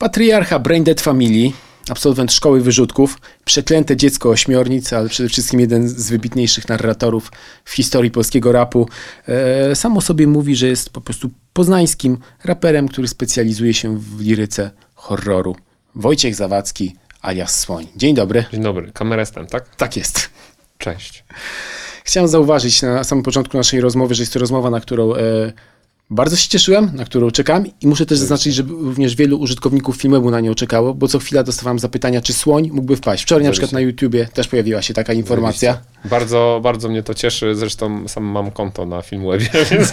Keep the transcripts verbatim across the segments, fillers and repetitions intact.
Patriarcha Braindead Family, absolwent szkoły wyrzutków, przeklęte dziecko ośmiornic, ale przede wszystkim jeden z wybitniejszych narratorów w historii polskiego rapu. E, sam o sobie mówi, że jest po prostu poznańskim raperem, który specjalizuje się w liryce horroru. Wojciech Zawadzki alias Słoń. Dzień dobry. Dzień dobry. Kamera jest tam, tak? Tak jest. Cześć. Chciałem zauważyć na samym początku naszej rozmowy, że jest to rozmowa, na którą e, bardzo się cieszyłem, na którą czekam i muszę też zaznaczyć, że również wielu użytkowników Filmwebu na nią czekało, bo co chwila dostawałem zapytania, czy Słoń mógłby wpaść. Wczoraj na przykład na YouTubie też pojawiła się taka informacja. Zajebiście. Bardzo, bardzo mnie to cieszy, zresztą sam mam konto na Filmwebie, więc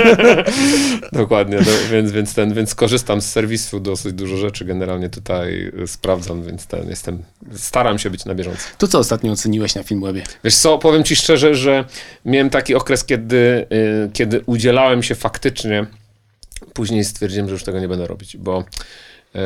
dokładnie, no, więc, więc, ten, więc korzystam z serwisu, dosyć dużo rzeczy generalnie tutaj sprawdzam, więc ten, jestem, staram się być na bieżąco. To co ostatnio oceniłeś na Filmwebie? Wiesz co, powiem ci szczerze, że miałem taki okres, kiedy, yy, kiedy udzielałem się faktycznie, później stwierdziłem, że już tego nie będę robić, bo yy,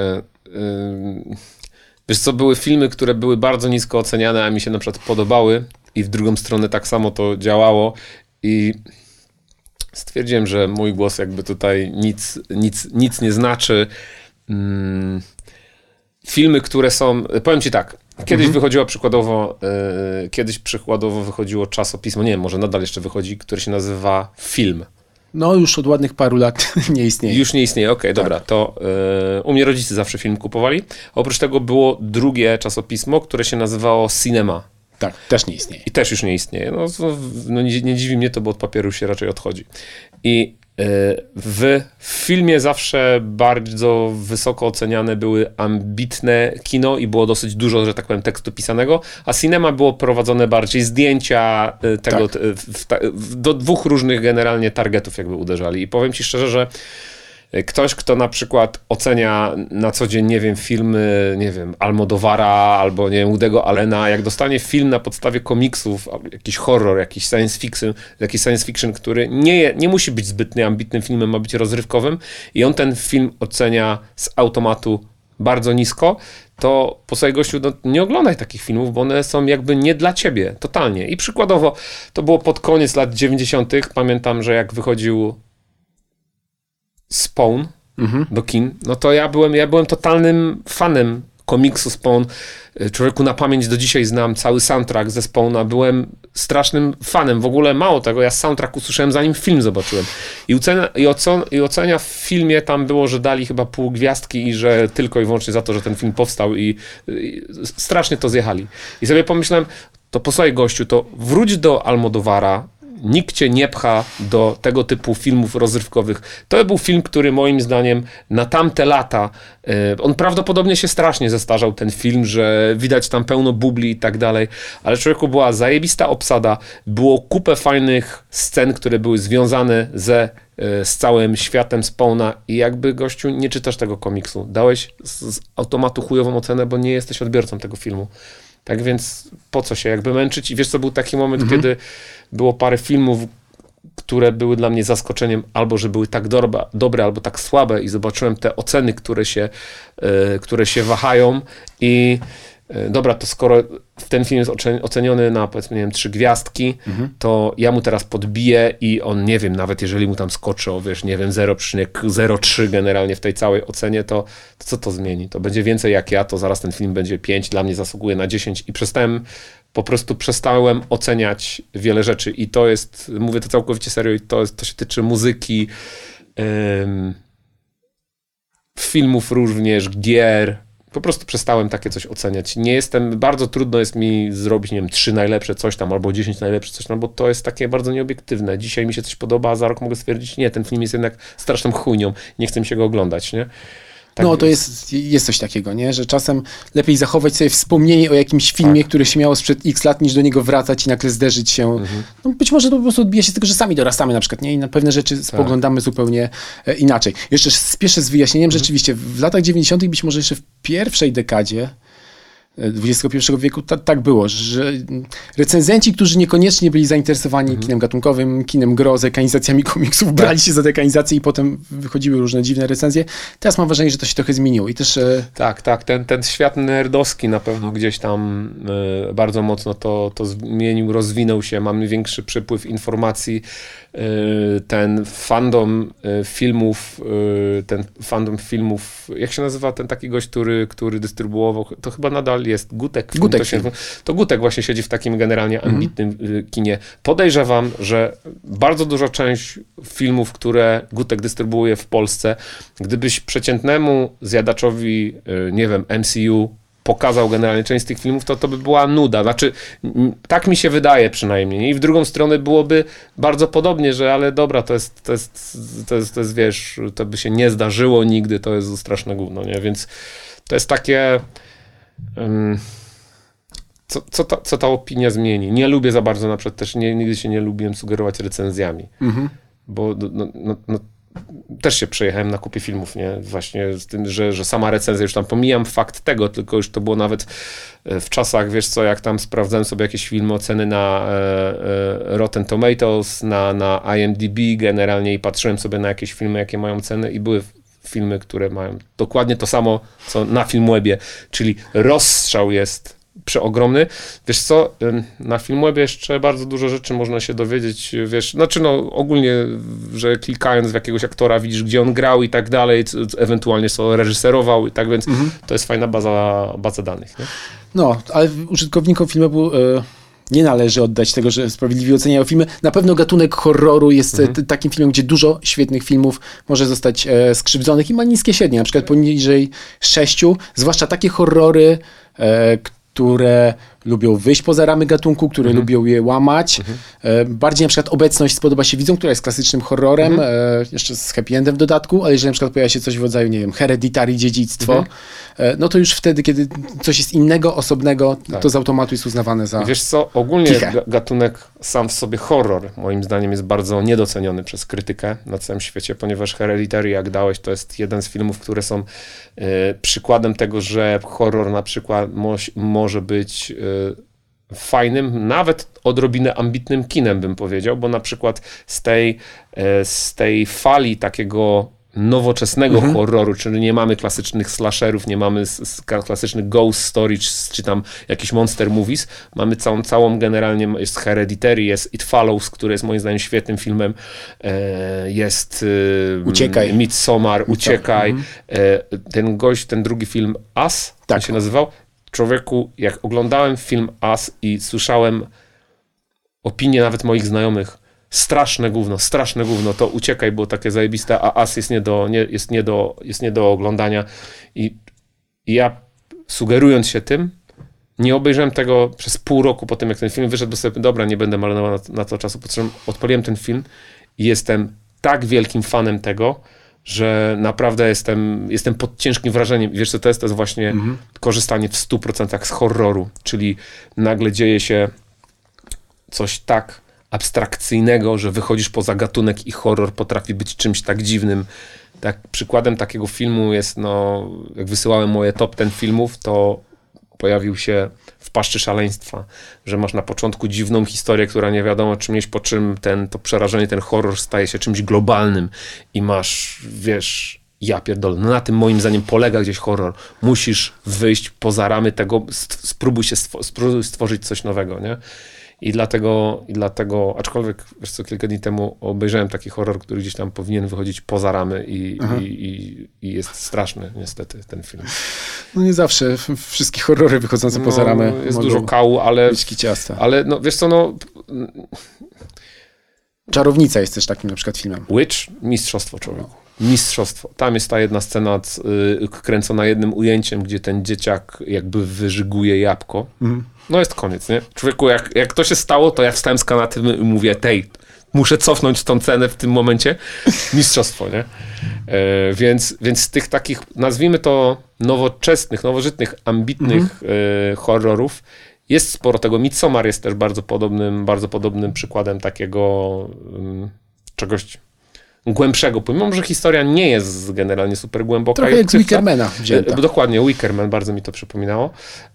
yy, wiesz co, były filmy, które były bardzo nisko oceniane, a mi się na przykład podobały i w drugą stronę tak samo to działało i stwierdziłem, że mój głos jakby tutaj nic, nic, nic nie znaczy. Hmm. Filmy, które są, powiem ci tak, kiedyś mhm. wychodziło przykładowo, yy, kiedyś przykładowo wychodziło czasopismo, nie wiem, może nadal jeszcze wychodzi, które się nazywa Film. No już od ładnych paru lat nie istnieje. Już nie istnieje, okej, okay, tak. Dobra, to yy, u mnie rodzice zawsze film kupowali. Oprócz tego było drugie czasopismo, które się nazywało Cinema. Tak, też nie istnieje. I też już nie istnieje. No, no nie, nie dziwi mnie to, bo od papieru się raczej odchodzi. I W filmie zawsze bardzo wysoko oceniane były ambitne kino i było dosyć dużo, że tak powiem, tekstu pisanego, a cinema było prowadzone bardziej zdjęcia tego, tak. w, w, do dwóch różnych generalnie targetów jakby uderzali. I powiem ci szczerze, że ktoś, kto na przykład ocenia na co dzień, nie wiem, filmy, nie wiem, Almodovara albo, nie wiem, Woody'ego Allena, jak dostanie film na podstawie komiksów, jakiś horror, jakiś science fiction, jakiś science fiction, który nie, nie musi być zbytnie ambitnym filmem, ma być rozrywkowym i on ten film ocenia z automatu bardzo nisko, to po sobie gościu, no, nie oglądaj takich filmów, bo one są jakby nie dla ciebie, totalnie. I przykładowo, to było pod koniec lat dziewięćdziesiątych, pamiętam, że jak wychodził Spawn mhm. do kin, no to ja byłem, ja byłem totalnym fanem komiksu Spawn. Człowieku, na pamięć do dzisiaj znam cały soundtrack ze Spawna. Byłem strasznym fanem. W ogóle mało tego, ja soundtrack usłyszałem zanim film zobaczyłem. I, ocenia, i, ocen, i ocenia w filmie tam było, że dali chyba pół gwiazdki i że tylko i wyłącznie za to, że ten film powstał i, i strasznie to zjechali. I sobie pomyślałem, to posłuchaj gościu, to wróć do Almodovara, nikt cię nie pcha do tego typu filmów rozrywkowych. To był film, który moim zdaniem na tamte lata, yy, on prawdopodobnie się strasznie zestarzał, ten film, że widać tam pełno bubli i tak dalej, ale człowieku, była zajebista obsada, było kupę fajnych scen, które były związane ze, yy, z całym światem Spawna i jakby, gościu, nie czytasz tego komiksu. Dałeś z, z automatu chujową ocenę, bo nie jesteś odbiorcą tego filmu. Tak więc po co się jakby męczyć? I wiesz co, był taki moment, mhm. kiedy było parę filmów, które były dla mnie zaskoczeniem, albo że były tak dobre, dobre albo tak słabe i zobaczyłem te oceny, które się, y, które się wahają i y, dobra, to skoro ten film jest oceniony na, powiedzmy, nie wiem, trzy gwiazdki, mhm. to ja mu teraz podbiję i on, nie wiem, nawet jeżeli mu tam skoczy o, wiesz, nie wiem, zero przecinek zero trzy generalnie w tej całej ocenie, to, to co to zmieni? To będzie więcej jak ja, to zaraz ten film będzie pięć, dla mnie zasługuje na dziesięć i przestałem, po prostu przestałem oceniać wiele rzeczy i to jest, mówię to całkowicie serio i to, jest, to się tyczy muzyki, ym, filmów również, gier. Po prostu przestałem takie coś oceniać. Nie jestem, bardzo trudno jest mi zrobić, nie wiem, trzy najlepsze coś tam, albo dziesięć najlepsze coś tam, bo to jest takie bardzo nieobiektywne. Dzisiaj mi się coś podoba, a za rok mogę stwierdzić, nie, ten film jest jednak straszną chujnią, nie chcę mi się go oglądać, nie? Tak no to jest, jest coś takiego, nie? Że czasem lepiej zachować sobie wspomnienie o jakimś filmie, tak. który się miało sprzed x lat, niż do niego wracać i nagle zderzyć się. Mhm. No być może to po prostu odbija się z tego, że sami dorastamy na przykład, nie? I na pewne rzeczy tak. spoglądamy zupełnie e, inaczej. Jeszcze spieszę z wyjaśnieniem, mhm. rzeczywiście w latach dziewięćdziesiątych być może jeszcze w pierwszej dekadzie dwudziestego pierwszego wieku ta, tak było, że recenzenci, którzy niekoniecznie byli zainteresowani mhm. kinem gatunkowym, kinem grozy, ekranizacjami komiksów, brali się za te ekranizacje i potem wychodziły różne dziwne recenzje. Teraz mam wrażenie, że to się trochę zmieniło i też... Tak, tak, ten, ten świat nerdowski na pewno gdzieś tam y, bardzo mocno to, to zmienił, rozwinął się, mamy większy przepływ informacji, y, ten fandom y, filmów, y, ten fandom filmów, jak się nazywa ten taki gość, który, który dystrybuował, to chyba nadal jest Gutek. Gutek to, się, to Gutek właśnie siedzi w takim generalnie ambitnym mm. kinie. Podejrzewam, że bardzo duża część filmów, które Gutek dystrybuuje w Polsce, gdybyś przeciętnemu zjadaczowi, nie wiem, M C U pokazał generalnie część z tych filmów, to to by była nuda. Znaczy, tak mi się wydaje przynajmniej. I w drugą stronę byłoby bardzo podobnie, że ale dobra, to jest, to jest, to jest, to jest wiesz, to by się nie zdarzyło nigdy, to jest straszne gówno, nie? Więc to jest takie... Um, co, co, ta, co ta opinia zmieni? Nie lubię za bardzo, na przykład też nie, nigdy się nie lubiłem sugerować recenzjami, mhm. bo no, no, no, też się przejechałem na kupie filmów, nie? Właśnie z tym, że, że sama recenzja, już tam pomijam fakt tego, tylko już to było nawet w czasach, wiesz co, jak tam sprawdzałem sobie jakieś filmy, oceny na e, e, Rotten Tomatoes, na, na I M D B generalnie i patrzyłem sobie na jakieś filmy, jakie mają ceny i były filmy, które mają dokładnie to samo, co na Filmwebie, czyli rozstrzał jest przeogromny. Wiesz co, na Filmwebie jeszcze bardzo dużo rzeczy można się dowiedzieć, wiesz, znaczy no ogólnie, że klikając w jakiegoś aktora widzisz, gdzie on grał i tak dalej, ewentualnie co reżyserował i tak, więc mhm. to jest fajna baza, baza danych. Nie? No, ale użytkownikom Filmwebu y nie należy oddać tego, że sprawiedliwie oceniają filmy. Na pewno gatunek horroru jest mhm. t- takim filmem, gdzie dużo świetnych filmów może zostać e, skrzywdzonych i ma niskie średnie, na przykład poniżej sześciu, zwłaszcza takie horrory, e, które lubią wyjść poza ramy gatunku, które mhm. lubią je łamać. Mhm. E, bardziej na przykład Obecność spodoba się widzom, która jest klasycznym horrorem, mhm. e, jeszcze z happy endem w dodatku, ale jeżeli na przykład pojawia się coś w rodzaju, nie wiem, Hereditary, dziedzictwo, mhm. e, no to już wtedy, kiedy coś jest innego, osobnego, tak. to z automatu jest uznawane za... Wiesz co, ogólnie ga- gatunek sam w sobie horror, moim zdaniem jest bardzo niedoceniony przez krytykę na całym świecie, ponieważ Hereditary, jak dałeś, to jest jeden z filmów, które są e, przykładem tego, że horror na przykład mo- może być e, fajnym, nawet odrobinę ambitnym kinem, bym powiedział, bo na przykład z tej, z tej fali takiego nowoczesnego mhm. horroru, czyli nie mamy klasycznych slasherów, nie mamy klasycznych ghost story, czy tam jakichś monster movies, mamy całą, całą generalnie, jest Hereditary, jest It Follows, który jest moim zdaniem świetnym filmem, jest Uciekaj. Midsommar, Uciekaj, mhm. ten gość, ten drugi film Us, tak się nazywał. Człowieku, jak oglądałem film Us i słyszałem opinie nawet moich znajomych, straszne gówno, straszne gówno, to Uciekaj było takie zajebiste, a Us jest nie do, nie, jest nie do, jest nie do oglądania. I, I ja sugerując się tym, nie obejrzałem tego przez pół roku po tym, jak ten film wyszedł, bo sobie, dobra, nie będę marnował na, na to czasu, po czym odpaliłem ten film i jestem tak wielkim fanem tego, że naprawdę jestem, jestem pod ciężkim wrażeniem. Wiesz co to jest? To jest właśnie mhm. korzystanie w stu procentach z horroru, czyli nagle dzieje się coś tak abstrakcyjnego, że wychodzisz poza gatunek i horror potrafi być czymś tak dziwnym. Tak, przykładem takiego filmu jest, no, jak wysyłałem moje top ten filmów, to pojawił się W paszczy szaleństwa, że masz na początku dziwną historię, która nie wiadomo czym jest, po czym ten, to przerażenie, ten horror staje się czymś globalnym i masz, wiesz, ja pierdolę, no na tym moim zdaniem polega gdzieś horror. Musisz wyjść poza ramy tego, spróbuj się stw- spróbuj stworzyć coś nowego, nie? I dlatego, i dlatego, aczkolwiek, wiesz co, kilka dni temu obejrzałem taki horror, który gdzieś tam powinien wychodzić poza ramy i, i, i, i jest straszny, niestety, ten film. No nie zawsze. Wszystkie horrory wychodzące no, poza ramy jest dużo kału, ale... ciasta. Ale, no, wiesz co, no... Czarownica jest też takim na przykład filmem. Witch? Mistrzostwo, człowieku. Mistrzostwo. Tam jest ta jedna scena y, kręcona jednym ujęciem, gdzie ten dzieciak jakby wyżyguje jabłko. Mhm. No jest koniec, nie? Człowieku, jak, jak to się stało, to ja wstałem z kanapy i mówię, tej, muszę cofnąć tą cenę w tym momencie. Mistrzostwo, nie? E, więc, więc z tych takich, nazwijmy to nowoczesnych, nowożytnych, ambitnych mhm. e, horrorów jest sporo tego. Midsommar jest też bardzo podobnym, bardzo podobnym przykładem takiego um, czegoś głębszego, pomimo, że historia nie jest generalnie super głęboka. Trochę jak z Wickermana wzięta. Dokładnie, Wickerman, bardzo mi to przypominało.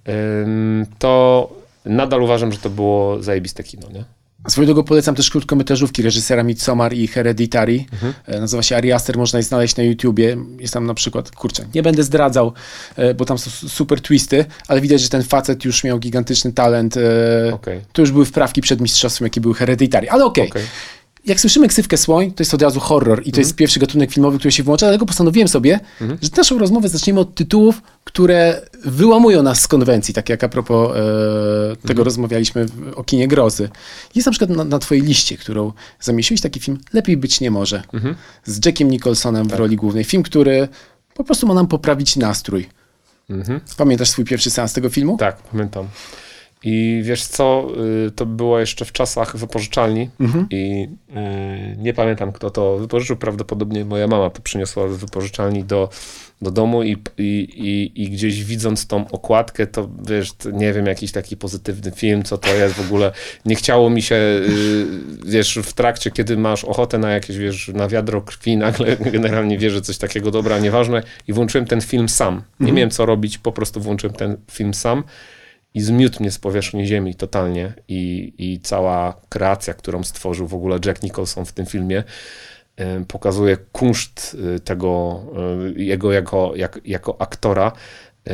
To nadal uważam, że to było zajebiste kino, nie? Swoją drogą polecam też krótkometrażówki reżysera Midsommar i Hereditary. Mhm. Nazywa się Ari Aster, można je znaleźć na YouTubie. Jest tam na przykład, kurczę, nie będę zdradzał, bo tam są super twisty, ale widać, że ten facet już miał gigantyczny talent. Okay. To już były wprawki przed mistrzostwem, jakie były Hereditary. Ale okej. Okay. Okay. Jak słyszymy ksywkę Słoń, to jest od razu horror i to mhm. jest pierwszy gatunek filmowy, który się włącza, dlatego postanowiłem sobie, mhm. że naszą rozmowę zaczniemy od tytułów, które wyłamują nas z konwencji, tak jak a propos e, tego mhm. rozmawialiśmy o kinie grozy. Jest na przykład na, na twojej liście, którą zamieściłeś taki film Lepiej być nie może, mhm. z Jackiem Nicholsonem tak. w roli głównej. Film, który po prostu ma nam poprawić nastrój. Mhm. Pamiętasz swój pierwszy seans tego filmu? Tak, pamiętam. I wiesz co, to było jeszcze w czasach wypożyczalni mhm. i y, nie pamiętam, kto to wypożyczył, prawdopodobnie moja mama to przyniosła z wypożyczalni do, do domu i, i, i, i gdzieś widząc tą okładkę, to wiesz, nie wiem, jakiś taki pozytywny film, co to jest w ogóle, nie chciało mi się, y, wiesz, w trakcie, kiedy masz ochotę na jakieś, wiesz, na wiadro krwi, nagle generalnie wiesz, że coś takiego dobra, nieważne i włączyłem ten film sam. Nie mhm. miałem co robić, po prostu włączyłem ten film sam. I zmiótł mnie z powierzchni ziemi totalnie i, i cała kreacja, którą stworzył w ogóle Jack Nicholson w tym filmie, y, pokazuje kunszt y, tego, y, jego jako, jak, jako aktora. Y,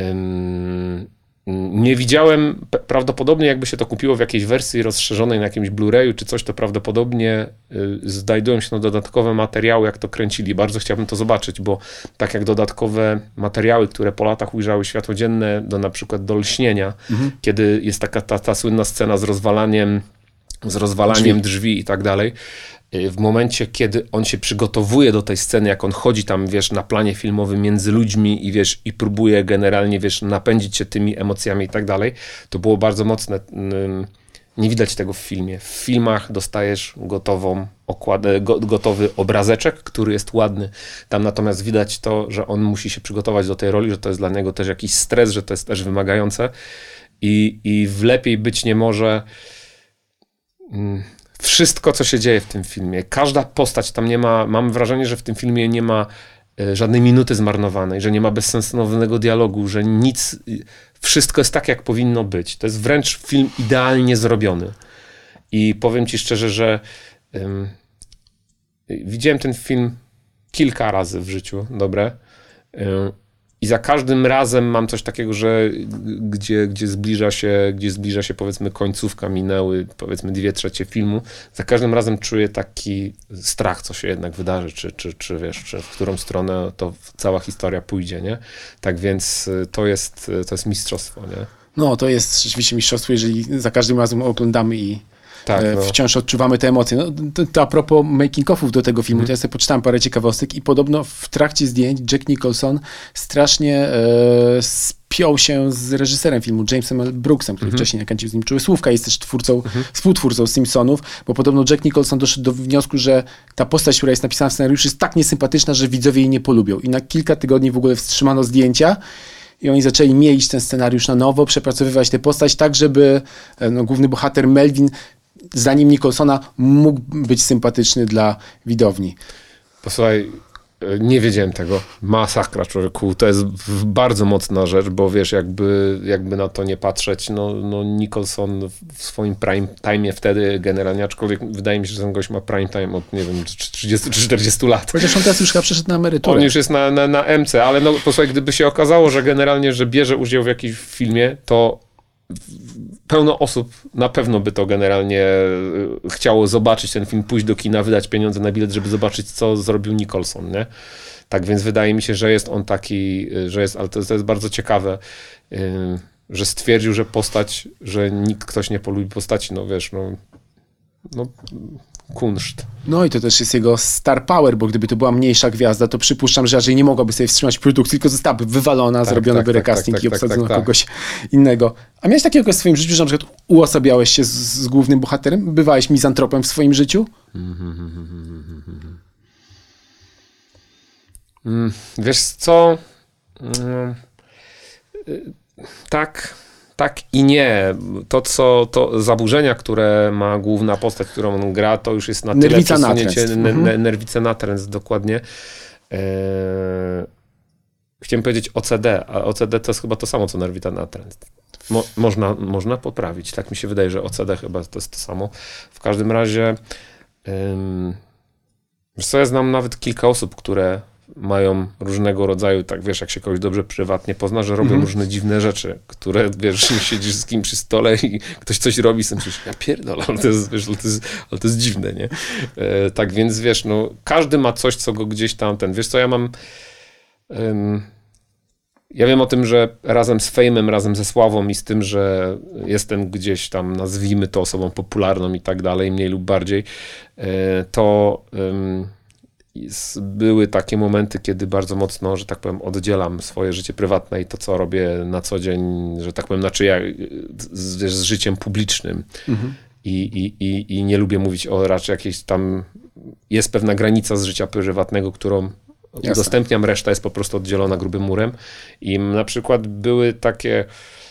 nie widziałem, prawdopodobnie jakby się to kupiło w jakiejś wersji rozszerzonej na jakimś Blu-rayu czy coś, to prawdopodobnie y, znajdują się no dodatkowe materiały, jak to kręcili. Bardzo chciałbym to zobaczyć, bo tak jak dodatkowe materiały, które po latach ujrzały światło dzienne, do na przykład do Lśnienia, mhm. kiedy jest taka ta, ta słynna scena z rozwalaniem, z rozwalaniem drzwi. drzwi i tak dalej. W momencie, kiedy on się przygotowuje do tej sceny, jak on chodzi tam, wiesz, na planie filmowym między ludźmi i wiesz, i próbuje generalnie, wiesz, napędzić się tymi emocjami i tak dalej, to było bardzo mocne. Nie widać tego w filmie. W filmach dostajesz gotową okładę, go, gotowy obrazeczek, który jest ładny. Tam natomiast widać to, że on musi się przygotować do tej roli, że to jest dla niego też jakiś stres, że to jest też wymagające i, i w Lepiej być nie może... Mm, Wszystko, co się dzieje w tym filmie, każda postać, tam nie ma, mam wrażenie, że w tym filmie nie ma y, żadnej minuty zmarnowanej, że nie ma bezsensownego dialogu, że nic, y, wszystko jest tak, jak powinno być. To jest wręcz film idealnie zrobiony. I powiem ci szczerze, że y, y, widziałem ten film kilka razy w życiu, dobre. Y, I za każdym razem mam coś takiego, że gdzie, gdzie, zbliża się, gdzie zbliża się powiedzmy końcówka, minęły powiedzmy dwie trzecie filmu, za każdym razem czuję taki strach, co się jednak wydarzy, czy, czy, czy wiesz, czy w którą stronę to cała historia pójdzie, nie? Tak więc to jest, to jest mistrzostwo, nie? No, to jest rzeczywiście mistrzostwo, jeżeli za każdym razem oglądamy i Tak, no. wciąż odczuwamy te emocje. No, to, to a propos making-offów do tego filmu, mm. to ja sobie poczytałem parę ciekawostek i podobno w trakcie zdjęć Jack Nicholson strasznie e, spiął się z reżyserem filmu, Jamesem L. Brooksem, który mm-hmm. wcześniej nakręcił z nim Czułe Słówka, jest też twórcą, mm-hmm. współtwórcą Simpsonów, bo podobno Jack Nicholson doszedł do wniosku, że ta postać, która jest napisana w scenariuszu, jest tak niesympatyczna, że widzowie jej nie polubią. I na kilka tygodni w ogóle wstrzymano zdjęcia i oni zaczęli mielić ten scenariusz na nowo, przepracowywać tę postać tak, żeby no, główny bohater Melvin zdaniem Nicholsona mógł być sympatyczny dla widowni. Posłuchaj, nie wiedziałem tego. Masakra, człowieku. To jest bardzo mocna rzecz, bo wiesz, jakby, jakby na to nie patrzeć, no, no Nicholson w swoim prime time'ie wtedy generalnie, aczkolwiek wydaje mi się, że ten gość ma prime time od, nie wiem, trzydziestu czy czterdziestu lat. Chociaż on teraz już chyba przeszedł na emeryturę. On już jest na, na, na M C, ale no posłuchaj, gdyby się okazało, że generalnie, że bierze udział w jakimś filmie, to pełno osób na pewno by to generalnie chciało zobaczyć ten film, pójść do kina, wydać pieniądze na bilet, żeby zobaczyć, co zrobił Nicholson, nie? Tak więc wydaje mi się, że jest on taki, że jest, ale to jest, to jest bardzo ciekawe, yy, że stwierdził, że postać, że nikt, ktoś nie polubi postaci, no wiesz, no, no kunszt. No i to też jest jego star power, bo gdyby to była mniejsza gwiazda, to przypuszczam, że raczej nie mogłaby sobie wstrzymać produkcji, tylko zostałaby wywalona, tak, zrobiono tak, by recasting tak, tak, i obsadzono tak, tak, kogoś tak. innego. A miałeś takiego w swoim życiu, że na przykład uosabiałeś się z, z głównym bohaterem? Bywałeś mizantropem w swoim życiu? Wiesz co? Mm, tak, tak i nie. To, co, to zaburzenia, które ma główna postać, którą on gra, to już jest na tyle Nerwica przesunięcie, natręt. ne, Mhm. ne, nerwice natręt, dokładnie. Eee, chciałem powiedzieć O C D, a O C D to jest chyba to samo, co nerwica natręt. Mo, można, można poprawić. Tak mi się wydaje, że O C D chyba to jest to samo. W każdym razie ym, wiesz co, ja znam nawet kilka osób, które mają różnego rodzaju, tak wiesz, jak się kogoś dobrze prywatnie pozna, że robią Mhm. różne dziwne rzeczy, które, wiesz, siedzisz z kimś przy stole i ktoś coś robi, sobie myślisz, ja pierdolę, ale to jest, wiesz, ale to jest, ale to jest dziwne, nie? E, tak więc, wiesz, no, każdy ma coś, co go gdzieś tam, ten, wiesz co, ja mam ym, ja wiem o tym, że razem z fejmem, razem ze sławą i z tym, że jestem gdzieś tam, nazwijmy to osobą popularną i tak dalej, mniej lub bardziej, e, to ym, były takie momenty, kiedy bardzo mocno, że tak powiem, oddzielam swoje życie prywatne i to, co robię na co dzień, że tak powiem, znaczy ja z, z życiem publicznym. Mhm. I, i, i, I nie lubię mówić o raczej jakiejś tam, jest pewna granica z życia prywatnego, którą Jasne. udostępniam, reszta jest po prostu oddzielona grubym murem. I na przykład były takie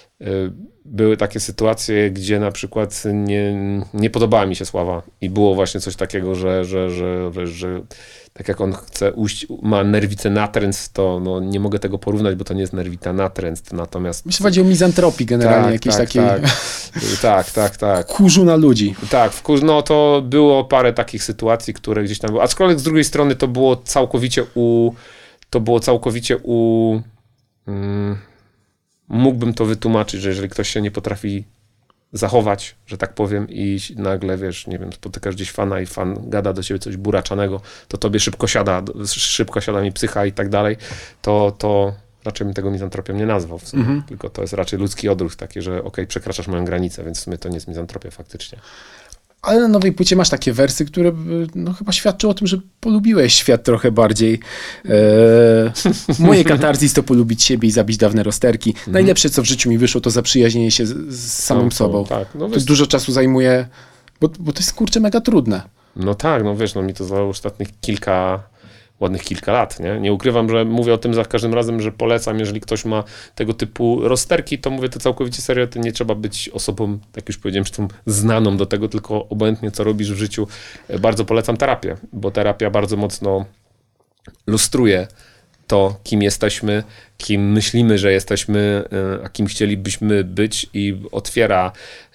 były takie sytuacje, gdzie na przykład nie, nie podobała mi się Sława i było właśnie coś takiego, że, że, że, że, że tak jak on chce ujść, ma nerwicę natręt, to no, nie mogę tego porównać, bo to nie jest nerwica natręt, natomiast... Myślę, że chodzi o mizantropii generalnie, tak, jakieś tak, takie... Tak, tak, tak, tak. Kurzu na ludzi. Tak, wkurz, no to było parę takich sytuacji, które gdzieś tam były, aczkolwiek z drugiej strony to było całkowicie u... to było całkowicie u... Mm, mógłbym to wytłumaczyć, że jeżeli ktoś się nie potrafi zachować, że tak powiem, i nagle, wiesz, nie wiem, spotykasz gdzieś fana i fan gada do ciebie coś buraczanego, to tobie szybko siada, szybko siada mi psycha i tak dalej, to, to raczej bym tego mizantropią nie nazwał w sumie, mhm. tylko to jest raczej ludzki odruch taki, że okej, okay, przekraczasz moją granicę, więc w sumie to nie jest mizantropia faktycznie. Ale na nowej płycie masz takie wersy, które no, chyba świadczą o tym, że polubiłeś świat trochę bardziej. Eee, moje katarzis to polubić siebie i zabić dawne rozterki. Mhm. Najlepsze, co w życiu mi wyszło, to zaprzyjaźnienie się z, z samym Sam, sobą. Tak, no to dużo czasu zajmuje, bo, bo to jest, kurczę, mega trudne. No tak, no wiesz, no mi to zajęło ostatnich kilka... ładnych kilka lat, nie? Nie ukrywam, że mówię o tym za każdym razem, że polecam, jeżeli ktoś ma tego typu rozterki, to mówię to całkowicie serio, to nie trzeba być osobą, jak już powiedziałem, tą znaną do tego, tylko obojętnie co robisz w życiu. Bardzo polecam terapię, bo terapia bardzo mocno lustruje to, kim jesteśmy, kim myślimy, że jesteśmy, a kim chcielibyśmy być i otwiera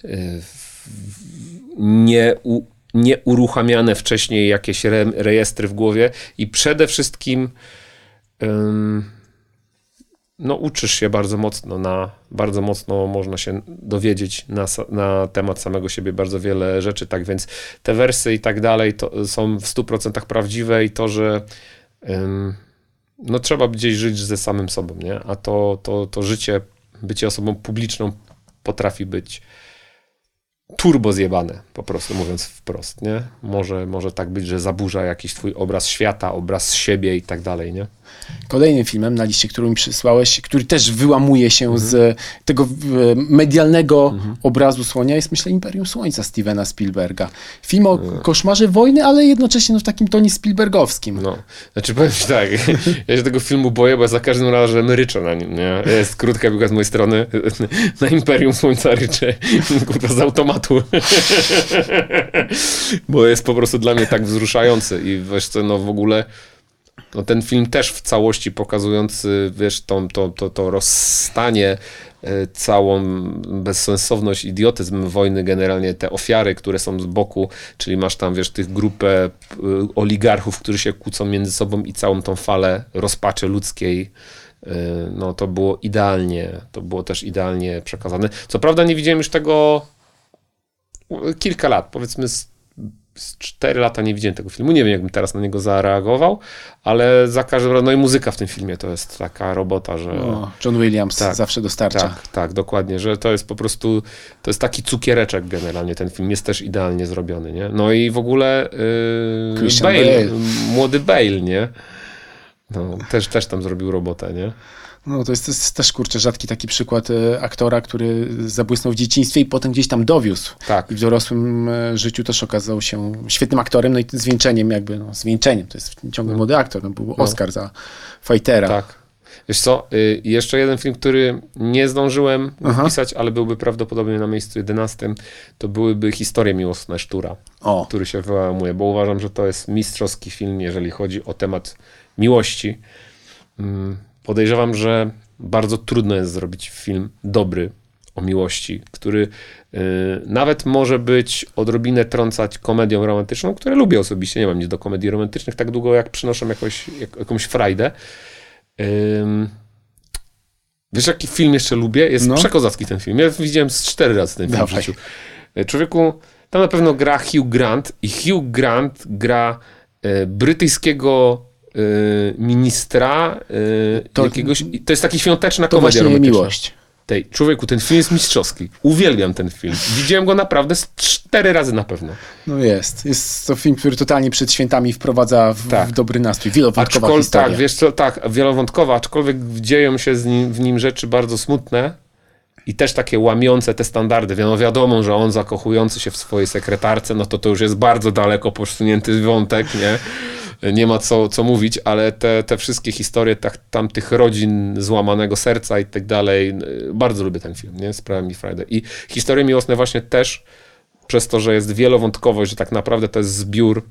nie u nieuruchamiane wcześniej jakieś re, rejestry w głowie i przede wszystkim um, no uczysz się bardzo mocno, na, bardzo mocno można się dowiedzieć na, na temat samego siebie bardzo wiele rzeczy, tak więc te wersy i tak dalej to są w stu procentach prawdziwe i to, że um, no trzeba gdzieś żyć ze samym sobą, nie? A to, to, to życie, bycie osobą publiczną potrafi być turbo zjebane, po prostu mówiąc wprost, nie? Może, może tak być, że zaburza jakiś twój obraz świata, obraz siebie i tak dalej, nie? Kolejnym filmem na liście, który mi przysłałeś, który też wyłamuje się mhm. z tego medialnego mhm. obrazu słonia, jest, myślę, Imperium Słońca Stevena Spielberga. Film o no. koszmarze wojny, ale jednocześnie no, w takim tonie Spielbergowskim. No, znaczy powiem ci tak, ja się tego filmu boję, bo ja za każdym razem ryczę na nim, nie? Jest krótka piłka z mojej strony, na Imperium Słońca ryczę, kurwa, z automatu. Bo jest po prostu dla mnie tak wzruszający i wiesz co, no w ogóle no ten film też w całości pokazujący, wiesz, to, to, to, to rozstanie, y, całą bezsensowność, idiotyzm wojny, generalnie te ofiary, które są z boku, czyli masz tam, wiesz, tych grupę y, oligarchów, którzy się kłócą między sobą i całą tą falę rozpaczy ludzkiej, y, no to było idealnie, to było też idealnie przekazane. Co prawda nie widziałem już tego kilka lat, powiedzmy z z cztery lata nie widziałem tego filmu, nie wiem, jakbym teraz na niego zareagował, ale za każdym razem, no i muzyka w tym filmie to jest taka robota, że... O, John Williams tak, zawsze dostarcza. Tak, tak, dokładnie, że to jest po prostu, to jest taki cukiereczek generalnie, ten film jest też idealnie zrobiony, nie? No i w ogóle yy, Bale, Bale, młody Bale, nie? No, też, też tam zrobił robotę, nie? No to jest, to jest też, kurczę, rzadki taki przykład e, aktora, który zabłysnął w dzieciństwie i potem gdzieś tam dowiózł. Tak. I w dorosłym e, życiu też okazał się świetnym aktorem, no i zwieńczeniem jakby, no zwieńczeniem, to jest ciągle młody aktor, no był no. Oscar za Fightera. Tak. Wiesz co, y, jeszcze jeden film, który nie zdążyłem Aha. wpisać, ale byłby prawdopodobnie na miejscu jedenastym, to byłyby Historie miłosne Sztura, O. który się wyłamuje, bo uważam, że to jest mistrzowski film, jeżeli chodzi o temat miłości. Mm, podejrzewam, że bardzo trudno jest zrobić film dobry o miłości, który y, nawet może być odrobinę trącać komedią romantyczną, które lubię osobiście, nie mam nic do komedii romantycznych, tak długo jak przynoszą jakoś, jak, jakąś frajdę. Ym, wiesz, jaki film jeszcze lubię? Jest No. przekozacki ten film. Ja widziałem z cztery razy ten film Dawaj. w życiu. Człowieku, tam na pewno gra Hugh Grant i Hugh Grant gra y, brytyjskiego y, ministra y, To- jakiegoś... To jest taki świąteczna To komedia właśnie romantyczna. miłość. Tej, człowieku, ten film jest mistrzowski. Uwielbiam ten film. Widziałem go naprawdę z cztery razy na pewno. No jest. Jest to film, który totalnie przed świętami wprowadza w, Tak. w dobry nastrój. Wielowątkowa Aczkol- historia. tak, wiesz co, tak, wielowątkowa, aczkolwiek dzieją się z nim, w nim rzeczy bardzo smutne i też takie łamiące te standardy. No wiadomo, że on zakochujący się w swojej sekretarce, no to to już jest bardzo daleko posunięty wątek, nie? Nie ma co, co mówić, ale te, te wszystkie historie tak, tam tych rodzin złamanego serca i tak dalej, bardzo lubię ten film, nie? Sprawia mi frajdę. I Historie miłosne właśnie też przez to, że jest wielowątkowość, że tak naprawdę to jest zbiór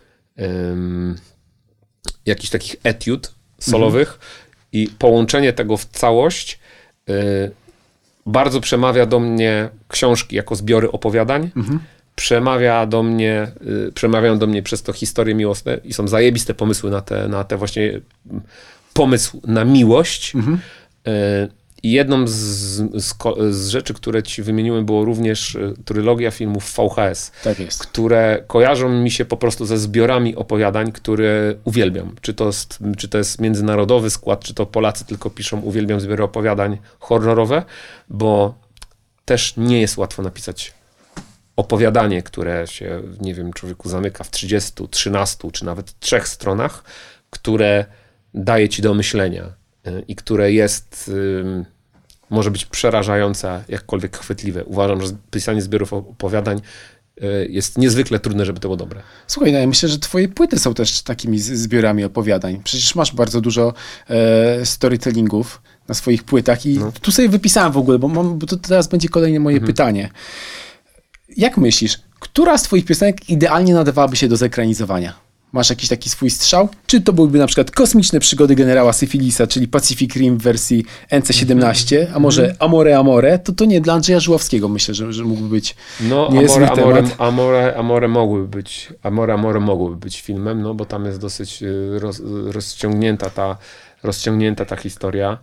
um, jakichś takich etiud solowych mhm. i połączenie tego w całość y, bardzo przemawia do mnie książki jako zbiory opowiadań. Mhm. Przemawia do mnie, y, przemawiają do mnie przez to historie miłosne i są zajebiste pomysły na te, na te właśnie pomysł na miłość. Mhm. Y, I jedną z, z, z rzeczy, które ci wymieniłem, było również trylogia filmów V H S, tak jest. które kojarzą mi się po prostu ze zbiorami opowiadań, które uwielbiam. Czy to, jest, czy to jest międzynarodowy skład, czy to Polacy tylko piszą, uwielbiam zbiory opowiadań horrorowe, bo też nie jest łatwo napisać opowiadanie, które się, nie wiem, człowieku zamyka w trzydziestu, trzynastu, czy nawet trzech stronach, które daje ci do myślenia i które jest, y, może być przerażające, jakkolwiek chwytliwe. Uważam, że pisanie zbiorów opowiadań y, jest niezwykle trudne, żeby to było dobre. Słuchaj, no ja myślę, że twoje płyty są też takimi z- zbiorami opowiadań. Przecież masz bardzo dużo e, storytellingów na swoich płytach i No. tu sobie wypisałem w ogóle, bo, mam, bo to teraz będzie kolejne moje mhm. pytanie. Jak myślisz, która z twoich piosenek idealnie nadawałaby się do zekranizowania? Masz jakiś taki swój strzał? Czy to byłyby na przykład Kosmiczne przygody generała Syfilisa, czyli Pacific Rim w wersji N C siedemnaście, a może Amore Amore? To to nie, dla Andrzeja Żuławskiego myślę, że, że mógłby być No, niezły Amore, Amore, temat. Amore, Amore mogłyby być, Amore, Amore mogłyby być filmem, no bo tam jest dosyć y, roz, rozciągnięta ta, rozciągnięta ta historia.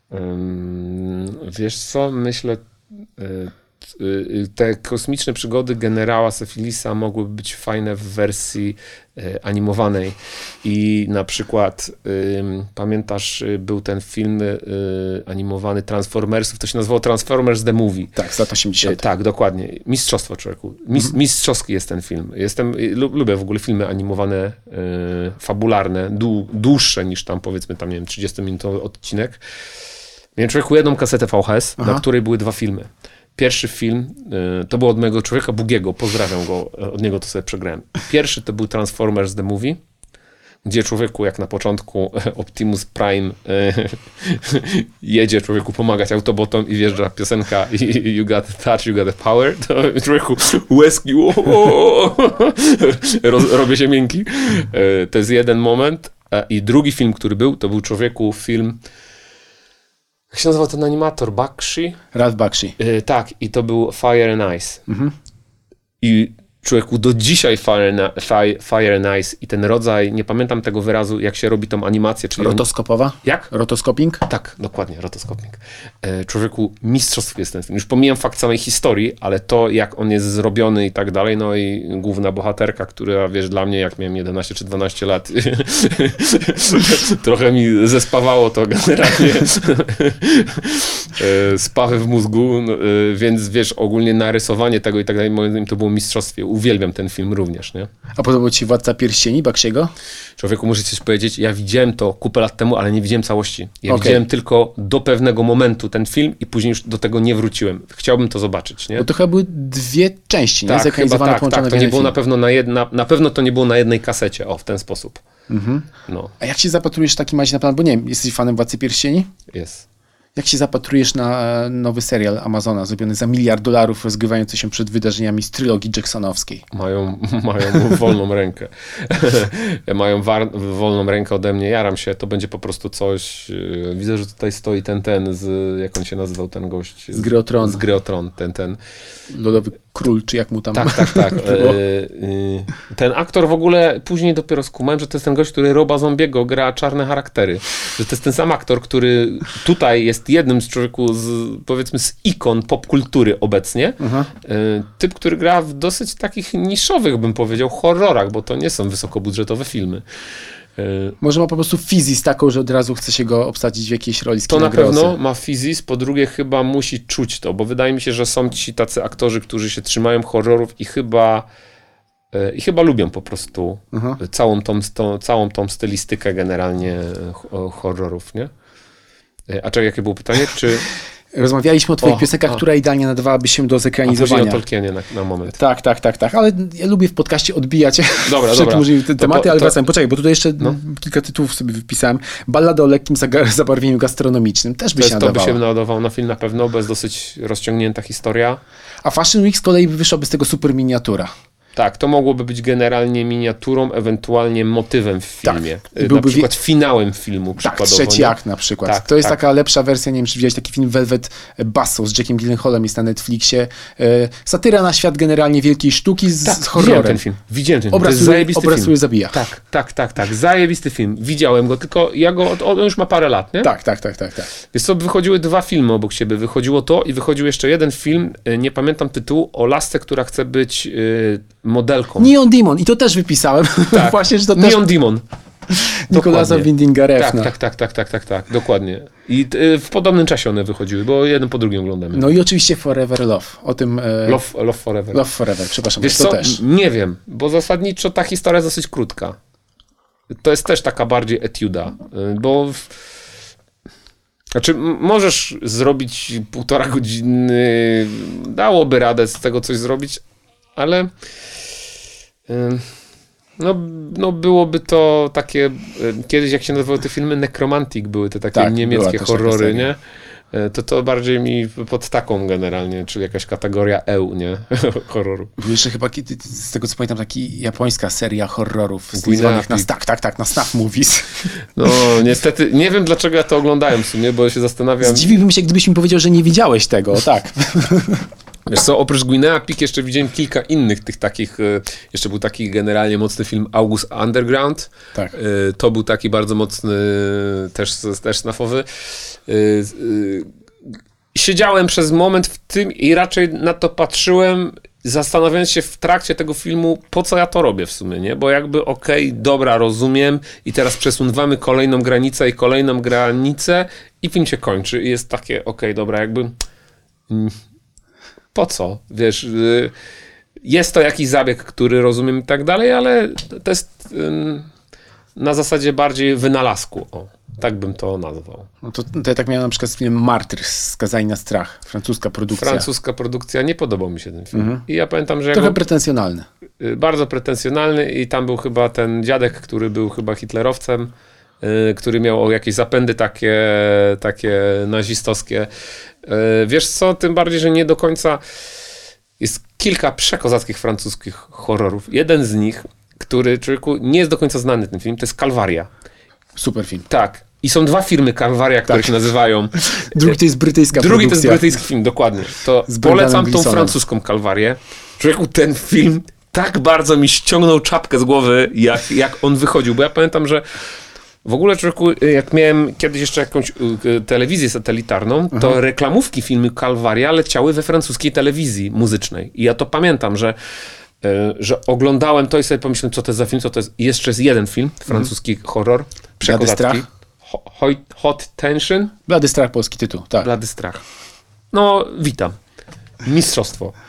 Ym, wiesz co, myślę... Y, te kosmiczne przygody generała Syfilisa mogłyby być fajne w wersji e, animowanej i na przykład y, pamiętasz, był ten film y, animowany Transformersów, to się nazywało Transformers The Movie. Tak, z lat osiemdziesiątych. E, tak, dokładnie. Mistrzostwo, człowieku. Mis, mhm. Mistrzowski jest ten film. Jestem, lub, lubię w ogóle filmy animowane, y, fabularne, dłu, dłuższe niż tam powiedzmy tam, nie wiem, trzydziestominutowy odcinek. Miałem, człowieku, jedną kasetę V H S, Aha. na której były dwa filmy. Pierwszy film, y, to był od mojego człowieka Bugiego, pozdrawiam go, od niego to sobie przegrałem. Pierwszy to był Transformers The Movie, gdzie człowieku, jak na początku Optimus Prime y, jedzie człowieku pomagać Autobotom i wjeżdża piosenka You got the touch, you got the power, to człowieku łezki, Roz, robię się miękki. Y, to jest jeden moment. I drugi film, który był, to był człowieku film... Jak się nazywał ten animator? Bakshi? Ralph Bakshi. Yy, tak, i to był Fire and Ice. Mhm. I człowieku, do dzisiaj Fire and, Fire, Fire and Ice i ten rodzaj, nie pamiętam tego wyrazu, jak się robi tą animację. Czyli Rotoskopowa? Jak? Rotoskoping? Tak, dokładnie, rotoskoping. E, człowieku, mistrzostwo jest ten film. Już pomijam fakt samej historii, ale to, jak on jest zrobiony i tak dalej, no i główna bohaterka, która, wiesz, dla mnie, jak miałem jedenaście czy dwanaście lat, trochę mi zespawało to generalnie e, spawy w mózgu, no, e, więc wiesz, ogólnie narysowanie tego i tak dalej, moim zdaniem to było mistrzostwie. uwielbiam ten film również, nie? A podobał ci Władca Pierścieni, Baksiego? Człowieku, muszę coś powiedzieć, ja widziałem to kupę lat temu, ale nie widziałem całości. Ja Okay. widziałem tylko do pewnego momentu ten film i później już do tego nie wróciłem. Chciałbym to zobaczyć, nie? Bo to chyba były dwie części, nie? Tak, chyba tak, tak, to nie było na pewno na jedna, na pewno to nie było na jednej kasecie, o, w ten sposób. Mhm. No, A jak się zapatrujesz w takim razie na plan, bo nie wiem, jesteś fanem Władcy Pierścieni? jest. Jak się zapatrujesz na e, nowy serial Amazona, zrobiony za miliard dolarów, rozgrywający się przed wydarzeniami z trylogii Jacksonowskiej? Mają, mają wolną rękę. mają war, wolną rękę ode mnie, jaram się, to będzie po prostu coś, yy, widzę, że tutaj stoi ten, ten, z, jak on się nazywał, ten gość? Z Gry o Tron. Z Gry o Tron, ten, ten. Lodowy Król, czy jak mu tam Tak, tak, tak. E, e, ten aktor w ogóle, później dopiero skumałem, że to jest ten gość, który Roba Zombiego gra czarne charaktery. Że to jest ten sam aktor, który tutaj jest jednym z człowieku, z, powiedzmy z ikon popkultury obecnie. Aha. E, typ, który gra w dosyć takich niszowych, bym powiedział, horrorach, bo to nie są wysokobudżetowe filmy. Może ma po prostu fizis taką, że od razu chce się go obsadzić w jakiejś roli z To kina na pewno grozy. ma fizis, po drugie chyba musi czuć to, bo wydaje mi się, że są ci tacy aktorzy, którzy się trzymają horrorów i chyba i chyba lubią po prostu Aha. całą tą, tą, całą tą stylistykę generalnie horrorów, nie? A czekaj, jakie było pytanie? Czy... Rozmawialiśmy o twoich O, piosenkach, o. która idealnie nadawałaby się do A później zekranizowania. o Tolkienie na, na moment. Tak, tak, tak, tak, ale ja lubię w podcaście odbijać Dobra, wszelkie dobra. możliwe te To tematy, po- ale to- wracam. Poczekaj, bo tutaj jeszcze No. kilka tytułów sobie wypisałem. Ballada o lekkim zaga- zabarwieniu gastronomicznym też by To, się jest, to by nadawała. się nadawał na film na pewno, bo jest dosyć rozciągnięta historia. A Fashion Week z kolei wyszłaby z tego super miniatura. Tak, to mogłoby być generalnie miniaturą, ewentualnie motywem w Tak. filmie. I Na byłby przykład finałem filmu Tak, przykładowo. trzeci nie? akt na przykład. Tak, to jest tak. taka lepsza wersja, nie wiem, czy widziałeś taki film Velvet Buzzsaw z Jackiem Gyllenhaalem, jest na Netflixie. E, satyra na świat generalnie wielkiej sztuki z, Tak, z widziałem horrorem. ten film. Widziałem ten film. Obraz, to jest który- zajebisty obraz, film. który zabija. Tak, tak, tak, tak. Zajebisty film. Widziałem go, tylko ja go, on już ma parę lat, nie? Tak, tak, tak, tak, tak. Wiesz co, wychodziły dwa filmy obok siebie. Wychodziło to i wychodził jeszcze jeden film, y, nie pamiętam tytułu, o lasce, która chce być y, modelką. Neon Demon i to też wypisałem. Tak. Właśnie, że to też Neon Demon. Nikolasa Dokładnie. Windinga Tak, Refna. tak, tak, tak, tak, tak, tak, dokładnie. I y, w podobnym czasie one wychodziły, bo jeden po drugim oglądamy. No i oczywiście Forever Love. O tym... E, Love, Love Forever. Love Forever, przepraszam. Wiesz to co, też. nie wiem, bo zasadniczo ta historia jest dosyć krótka. To jest też taka bardziej etiuda, y, bo... W... Znaczy, m- możesz zrobić półtora godziny, dałoby radę z tego coś zrobić, ale y, no, no byłoby to takie, y, kiedyś jak się nazywały te filmy, Necromantic były te takie Tak, była niemieckie też taka horrory, seria. nie? Y, To to bardziej mi pod taką generalnie, czyli jakaś kategoria E U, nie? Horroru. Był jeszcze chyba, kiedy- z tego co pamiętam, taki japońska seria horrorów Guinea stylizowanych na, Pig. tak, tak, tak, na snuff movies. No niestety, nie wiem dlaczego ja to oglądałem w sumie, bo się zastanawiam. Zdziwiłbym się, gdybyś mi powiedział, że nie widziałeś tego, tak. Wiesz co, oprócz Guinea Pig jeszcze widziałem kilka innych tych takich, e, jeszcze był taki generalnie mocny film August Underground, Tak. E, to był taki bardzo mocny, też, też snafowy. E, e, Siedziałem przez moment w tym i raczej na to patrzyłem, zastanawiając się w trakcie tego filmu, po co ja to robię w sumie, nie? Bo jakby okej, dobra, rozumiem i teraz przesuwamy kolejną granicę i kolejną granicę i film się kończy i jest takie, okej, dobra, jakby... mm, po co? Wiesz, y, jest to jakiś zabieg, który rozumiem i tak dalej, ale to jest ym, na zasadzie bardziej wynalazku. O, tak bym to nazwał. No to, to ja tak miałem na przykład z filmem Martyr, Skazani na strach, francuska produkcja. Francuska produkcja, nie podobał mi się ten film. Mhm. I ja pamiętam, że ja Trochę go, pretensjonalny. y, bardzo pretensjonalny i tam był chyba ten dziadek, który był chyba hitlerowcem, y, który miał jakieś zapędy takie, takie nazistowskie. Y, wiesz co, tym bardziej, że nie do końca jest kilka przekozackich francuskich horrorów. Jeden z nich, który człowieku nie jest do końca znany ten film, to jest Kalwaria. Super film. Tak. I są dwa filmy Kalwaria, które Tak. się nazywają. Drugi to jest brytyjska Drugi to jest produkcja. brytyjski film, dokładnie. To Z Brendanem polecam tą Gleesonem. francuską Kalwarię. Człowieku, ten film tak bardzo mi ściągnął czapkę z głowy, jak, jak on wychodził, bo ja pamiętam, że w ogóle, człowieku, jak miałem kiedyś jeszcze jakąś y, telewizję satelitarną, to Aha. reklamówki filmu Kalwaria leciały we francuskiej telewizji muzycznej. I ja to pamiętam, że, y, że oglądałem to i sobie pomyślałem, co to jest za film, co to jest. I jeszcze jest jeden film, francuski horror, przekozacki. strach? Ho- Hot, Hot Tension, Blady strach, polski tytuł, tak. Blady strach. No, witam. Mistrzostwo.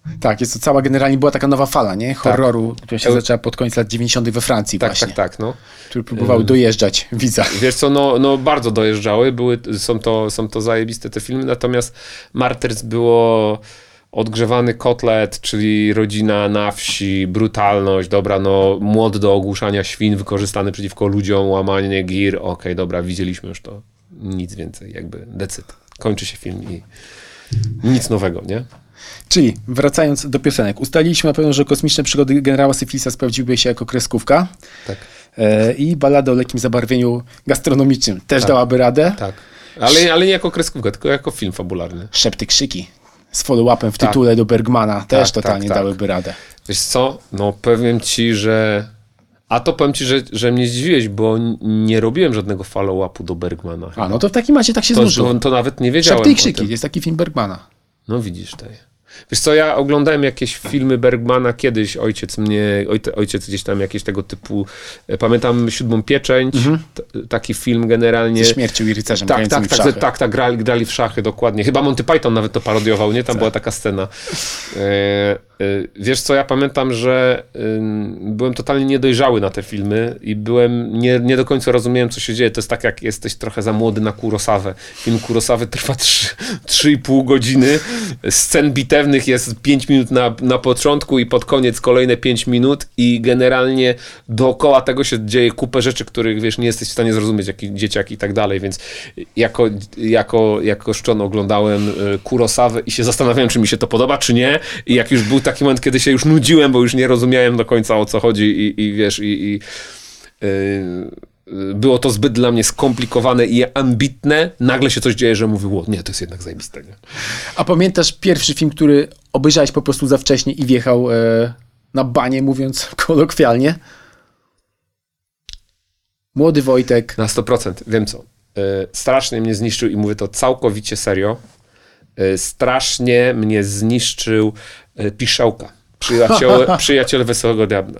Tak, jest to cała, generalnie była taka nowa fala, nie? Horroru, tak. która się Eu... zaczęła pod koniec lat dziewięćdziesiątych we Francji tak, właśnie. Tak, tak, tak, no. Które próbowały um... dojeżdżać widza. Wiesz co, no, no bardzo dojeżdżały, były, są, to, są to zajebiste te filmy, natomiast Martyrs było odgrzewany kotlet, czyli rodzina na wsi, brutalność, dobra, no młot do ogłuszania świn wykorzystany przeciwko ludziom, łamanie gir, okej, okay, dobra, widzieliśmy już to, nic więcej, jakby decyd. Kończy się film i nic nowego, nie? Czyli, wracając do piosenek, ustaliliśmy na pewno, że Kosmiczne przygody generała Syfilisa sprawdziły się jako kreskówka. Tak. E, I balada o lekkim zabarwieniu gastronomicznym też tak. dałaby radę. Tak, ale, ale nie jako kreskówka, tylko jako film fabularny. Szepty krzyki z follow-upem w tytule tak. do Bergmana też tak, totalnie tak, tak. dałyby radę. Wiesz co, no powiem ci, że... A to powiem ci, że, że mnie zdziwiłeś, bo nie robiłem żadnego follow-upu do Bergmana. A, no to w takim razie tak się to, złożyło. To, to nawet nie wiedziałem. Szepty i krzyki, jest taki film Bergmana. No widzisz tej. Wiesz co, ja oglądałem jakieś filmy Bergmana kiedyś, ojciec mnie, ojciec gdzieś tam jakieś tego typu, pamiętam Siódmą pieczęć, mm-hmm. t- taki film generalnie. Ze śmiercią i rycerzem tak, tak, w tak, szachy. tak, tak, grali, grali w szachy, dokładnie. Chyba Monty Python nawet to parodiował, nie? Tam tak. była taka scena. E, e, wiesz co, ja pamiętam, że e, byłem totalnie niedojrzały na te filmy i byłem, nie, nie do końca rozumiałem, co się dzieje. To jest tak, jak jesteś trochę za młody na Kurosawę. Film Kurosawy trwa trzy i pół godziny, scen bitewnych jest pięć minut na, na początku i pod koniec kolejne pięć minut i generalnie dookoła tego się dzieje kupę rzeczy, których wiesz, nie jesteś w stanie zrozumieć, jaki dzieciak i tak dalej, więc jako, jako, jako szczon oglądałem Kurosawę i się zastanawiałem, czy mi się to podoba, czy nie, i jak już był taki moment, kiedy się już nudziłem, bo już nie rozumiałem do końca, o co chodzi i, i wiesz, i, i yy, było to zbyt dla mnie skomplikowane i ambitne, nagle się coś dzieje, że mówiło, nie, to jest jednak zajebiste. Nie? A pamiętasz pierwszy film, który obejrzałeś po prostu za wcześnie i wjechał e, na banie, mówiąc kolokwialnie? Młody Wojtek. Na sto procent, wiem co. E, strasznie mnie zniszczył i mówię to całkowicie serio. E, strasznie mnie zniszczył e, Piszałka. Przyjaciel, przyjaciel Wesołego Diabła.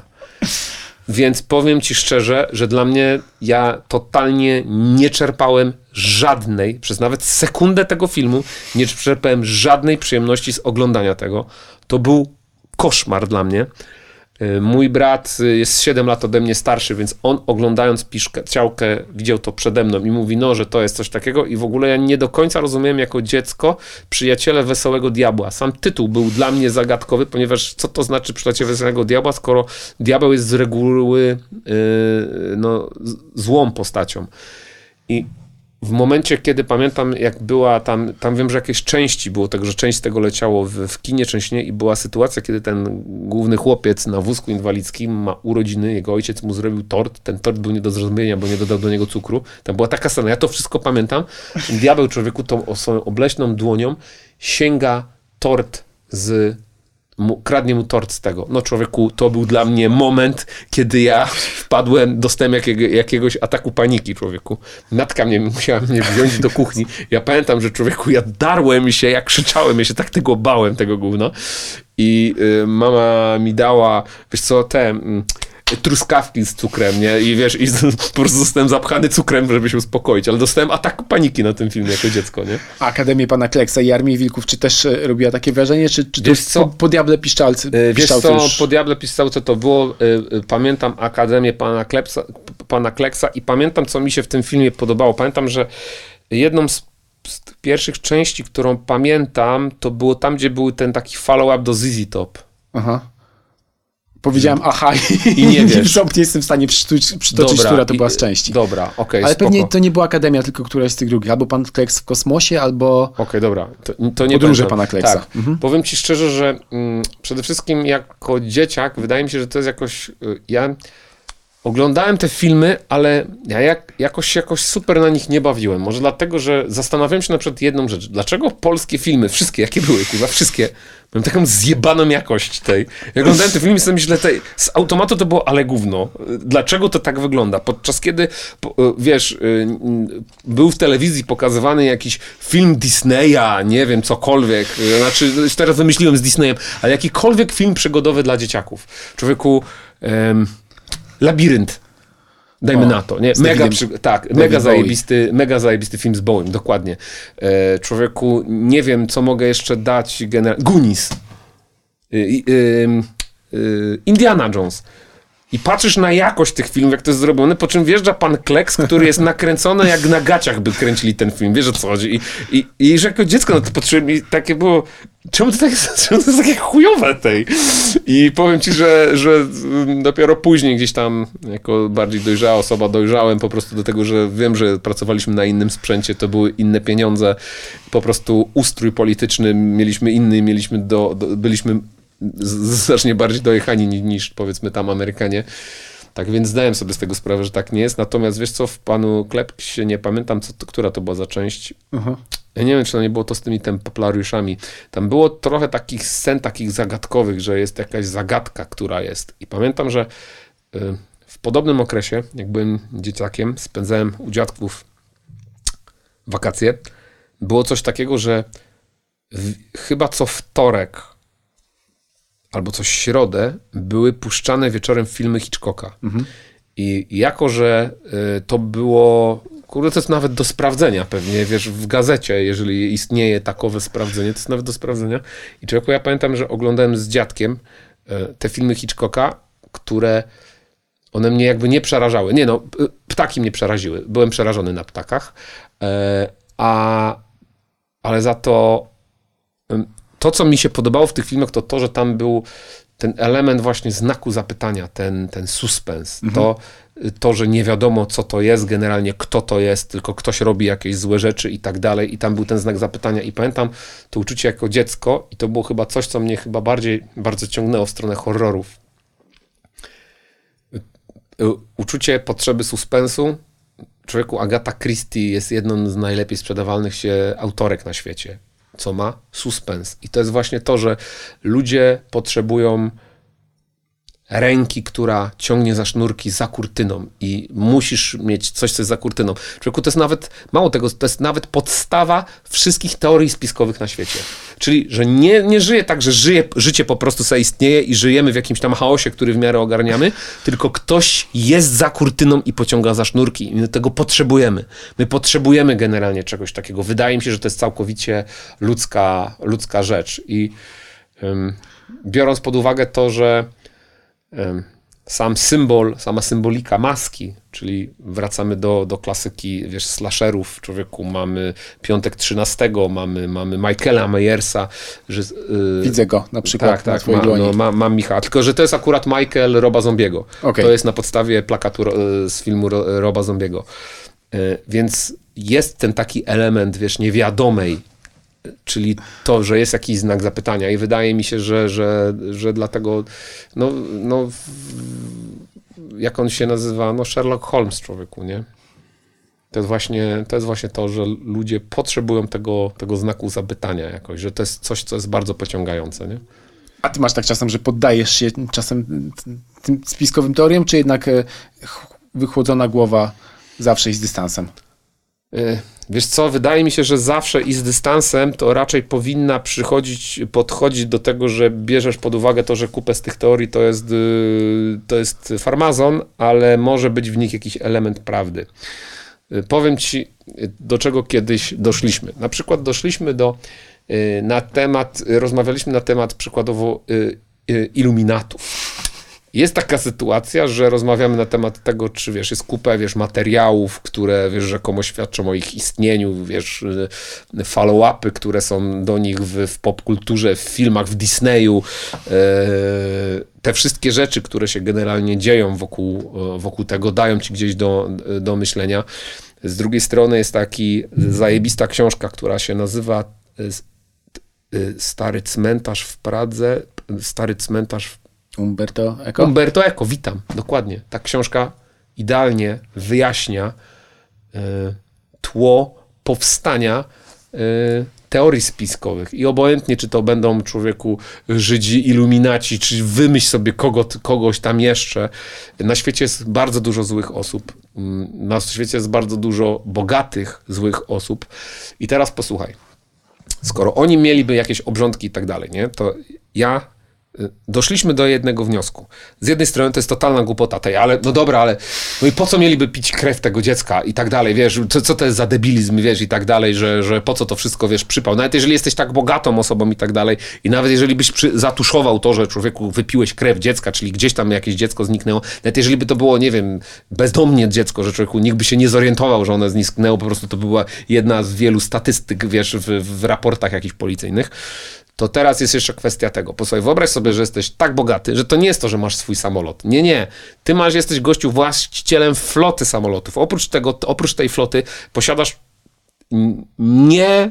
Więc powiem ci szczerze, że dla mnie ja totalnie nie czerpałem żadnej, przez nawet sekundę tego filmu, nie czerpałem żadnej przyjemności z oglądania tego. To był koszmar dla mnie. Mój brat jest siedem lat ode mnie starszy, więc on oglądając Piszałkę widział to przede mną i mówi, no, że to jest coś takiego i w ogóle ja nie do końca rozumiałem jako dziecko Przyjaciele Wesołego Diabła. Sam tytuł był dla mnie zagadkowy, ponieważ co to znaczy Przyjaciele Wesołego Diabła, skoro diabeł jest z reguły yy, no, złą postacią. I w momencie, kiedy pamiętam, jak była tam, tam wiem, że jakieś części było tego, że część z tego leciało w, w kinie, część nie i była sytuacja, kiedy ten główny chłopiec na wózku inwalidzkim ma urodziny, jego ojciec mu zrobił tort, ten tort był nie do zrozumienia, bo nie dodał do niego cukru. Tam była taka scena, ja to wszystko pamiętam. Diabeł człowieku tą swoją obleśną dłonią sięga tort z... Mu, kradnie mu tort z tego. No człowieku, to był dla mnie moment, kiedy ja wpadłem, dostałem jakiego, jakiegoś ataku paniki, człowieku. Matka mnie musiała mnie wziąć do kuchni. Ja pamiętam, że człowieku, ja darłem się, ja krzyczałem, ja się tak tego bałem, tego gówna. I y, mama mi dała, wiesz co, te... Y, truskawki z cukrem, nie? I wiesz, i po prostu zostałem zapchany cukrem, żeby się uspokoić, ale dostałem atak paniki na tym filmie jako dziecko, nie? Akademię Pana Kleksa i Armii Wilków, czy też e, robiła takie wrażenie, czy, czy to wiesz co? Po, po Diable Piszczalce? Wiesz co, już... po Diable Piszczalce to było, y, y, pamiętam Akademię Pana, Klepsa, Pana Kleksa i pamiętam, co mi się w tym filmie podobało. Pamiętam, że jedną z z pierwszych części, którą pamiętam, to było tam, gdzie był ten taki follow-up do Z Z Top. Aha. Powiedziałem aha i, I nie wiesz. Nie jestem w stanie przytoczyć, przytoczyć dobra, która to i, była z części. Dobra, okej, okay, Ale spoko. pewnie to nie była Akademia, tylko któraś z tych drugich. Albo Pan Kleks w kosmosie, albo... Okej, okay, dobra. To, to nie Podróże Pana Kleksa. Tak. Mhm. Powiem ci szczerze, że mm, przede wszystkim jako dzieciak wydaje mi się, że to jest jakoś... Y, ja oglądałem te filmy, ale ja jak, jakoś, jakoś super na nich nie bawiłem. Może dlatego, że zastanawiałem się na przykład jedną rzecz. Dlaczego polskie filmy, wszystkie, jakie były, kurwa, wszystkie, mają taką zjebaną jakość tej. Jak oglądałem te filmy, sobie myślę, tej, z automatu to było ale gówno. Dlaczego to tak wygląda? Podczas kiedy, wiesz, był w telewizji pokazywany jakiś film Disneya, nie wiem, cokolwiek, znaczy, teraz wymyśliłem z Disneyem, ale jakikolwiek film przygodowy dla dzieciaków. Człowieku... Um, Labirynt. Dajmy o, na to, nie? Mega, przy, tak, mega zajebisty, mega zajebisty film z Bowiem, dokładnie. E, człowieku, nie wiem, co mogę jeszcze dać. Gener- Goonies. y, y, y, Indiana Jones. I patrzysz na jakość tych filmów, jak to jest zrobione, po czym wjeżdża pan Kleks, który jest nakręcony jak na gaciach, by kręcili ten film. Wiesz, o co chodzi? I, i, i że jako dziecko na to patrzyłem i takie było, czemu to, tak jest, czemu to jest takie chujowe tej? I powiem ci, że, że dopiero później gdzieś tam, jako bardziej dojrzała osoba, dojrzałem po prostu do tego, że wiem, że pracowaliśmy na innym sprzęcie, to były inne pieniądze, po prostu ustrój polityczny mieliśmy inny, mieliśmy do, do byliśmy znacznie bardziej dojechani niż, niż powiedzmy tam Amerykanie. Tak więc zdałem sobie z tego sprawę, że tak nie jest. Natomiast wiesz co, w panu Klepsie nie pamiętam, co to, która to była za część. Uh-huh. Ja nie wiem, czy to nie było to z tymi templariuszami. Tam było trochę takich scen, takich zagadkowych, że jest jakaś zagadka, która jest. I pamiętam, że y, w podobnym okresie, jak byłem dzieciakiem, spędzałem u dziadków wakacje. Było coś takiego, że w, chyba co wtorek albo coś środę, były puszczane wieczorem filmy Hitchcocka. Mhm. I jako, że y, to było, kurde, to jest nawet do sprawdzenia pewnie, wiesz, w gazecie, jeżeli istnieje takowe sprawdzenie, to jest nawet do sprawdzenia. I człowieku, ja pamiętam, że oglądałem z dziadkiem y, te filmy Hitchcocka, które one mnie jakby nie przerażały. Nie no, ptaki mnie przeraziły. Byłem przerażony na ptakach, y, a, ale za to y, to, co mi się podobało w tych filmach, to to, że tam był ten element właśnie znaku zapytania, ten, ten suspens, mhm. to, to, że nie wiadomo, co to jest, generalnie kto to jest, tylko ktoś robi jakieś złe rzeczy i tak dalej. I tam był ten znak zapytania. I pamiętam to uczucie jako dziecko i to było chyba coś, co mnie chyba bardziej bardzo ciągnęło w stronę horrorów. Uczucie potrzeby suspensu. Człowieku, Agatha Christie jest jedną z najlepiej sprzedawalnych się autorek na świecie. Co ma? Suspens. I to jest właśnie to, że ludzie potrzebują ręki, która ciągnie za sznurki za kurtyną i musisz mieć coś, co jest za kurtyną. Człowieku, to jest nawet, mało tego, to jest nawet podstawa wszystkich teorii spiskowych na świecie. Czyli, że nie, nie żyje tak, że żyje, życie po prostu sobie istnieje i żyjemy w jakimś tam chaosie, który w miarę ogarniamy, tylko ktoś jest za kurtyną i pociąga za sznurki i my tego potrzebujemy. My potrzebujemy generalnie czegoś takiego. Wydaje mi się, że to jest całkowicie ludzka, ludzka rzecz. I um, biorąc pod uwagę to, że sam symbol, sama symbolika maski, czyli wracamy do, do klasyki, wiesz, slasherów, człowieku, mamy Piątek trzynastego, mamy, mamy Michaela Myersa. Że, yy, Widzę go na przykład. Tak, tak, ma, no, ma, mam Michała, tylko że to jest akurat Michael Roba Zombiego. Okay. To jest na podstawie plakatu yy, z filmu Ro, Roba Zombiego. Yy, więc jest ten taki element, wiesz, niewiadomej, czyli to, że jest jakiś znak zapytania i wydaje mi się, że, że, że dlatego, no, no, jak on się nazywa, no Sherlock Holmes, człowieku, nie? To jest właśnie to, jest właśnie to że ludzie potrzebują tego, tego znaku zapytania jakoś, że to jest coś, co jest bardzo pociągające, nie? A ty masz tak czasem, że poddajesz się czasem tym spiskowym teoriom, czy jednak wychłodzona głowa zawsze i z dystansem? Wiesz co, wydaje mi się, że zawsze i z dystansem to raczej powinna przychodzić, podchodzić do tego, że bierzesz pod uwagę to, że kupę z tych teorii to jest, to jest farmazon, ale może być w nich jakiś element prawdy. Powiem ci, do czego kiedyś doszliśmy. Na przykład doszliśmy do, na temat, rozmawialiśmy na temat przykładowo iluminatów. Jest taka sytuacja, że rozmawiamy na temat tego, czy wiesz, jest kupę, wiesz, materiałów, które, wiesz, rzekomo świadczą o ich istnieniu, wiesz, follow-upy, które są do nich w, w popkulturze, w filmach, w Disneyu, e, te wszystkie rzeczy, które się generalnie dzieją wokół, wokół tego, dają ci gdzieś do, do myślenia. Z drugiej strony jest taki zajebista książka, która się nazywa Stary cmentarz w Pradze, Stary cmentarz w Umberto Eco? Umberto Eco, witam, dokładnie. Ta książka idealnie wyjaśnia y, tło powstania y, teorii spiskowych. I obojętnie, czy to będą, człowieku, Żydzi, iluminaci, czy wymyśl sobie kogo, kogoś tam jeszcze. Na świecie jest bardzo dużo złych osób. Na świecie jest bardzo dużo bogatych, złych osób. I teraz posłuchaj. Skoro oni mieliby jakieś obrządki i tak dalej, nie, to ja doszliśmy do jednego wniosku. Z jednej strony to jest totalna głupota tej, ale no dobra, ale no i po co mieliby pić krew tego dziecka i tak dalej, wiesz, co, co to jest za debilizm, wiesz, i tak dalej, że, że po co to wszystko, wiesz, przypał. Nawet jeżeli jesteś tak bogatą osobą i tak dalej i nawet jeżeli byś przy, zatuszował to, że człowieku wypiłeś krew dziecka, czyli gdzieś tam jakieś dziecko zniknęło, nawet jeżeli by to było, nie wiem, bezdomnie dziecko, że człowieku nikt by się nie zorientował, że ono zniknęło, po prostu to była jedna z wielu statystyk, wiesz, w, w raportach jakichś policyjnych. To teraz jest jeszcze kwestia tego. Posłuchaj, wyobraź sobie, że jesteś tak bogaty, że to nie jest to, że masz swój samolot. Nie, nie. Ty masz, jesteś gościu właścicielem floty samolotów. Oprócz tego, oprócz tej floty posiadasz nie,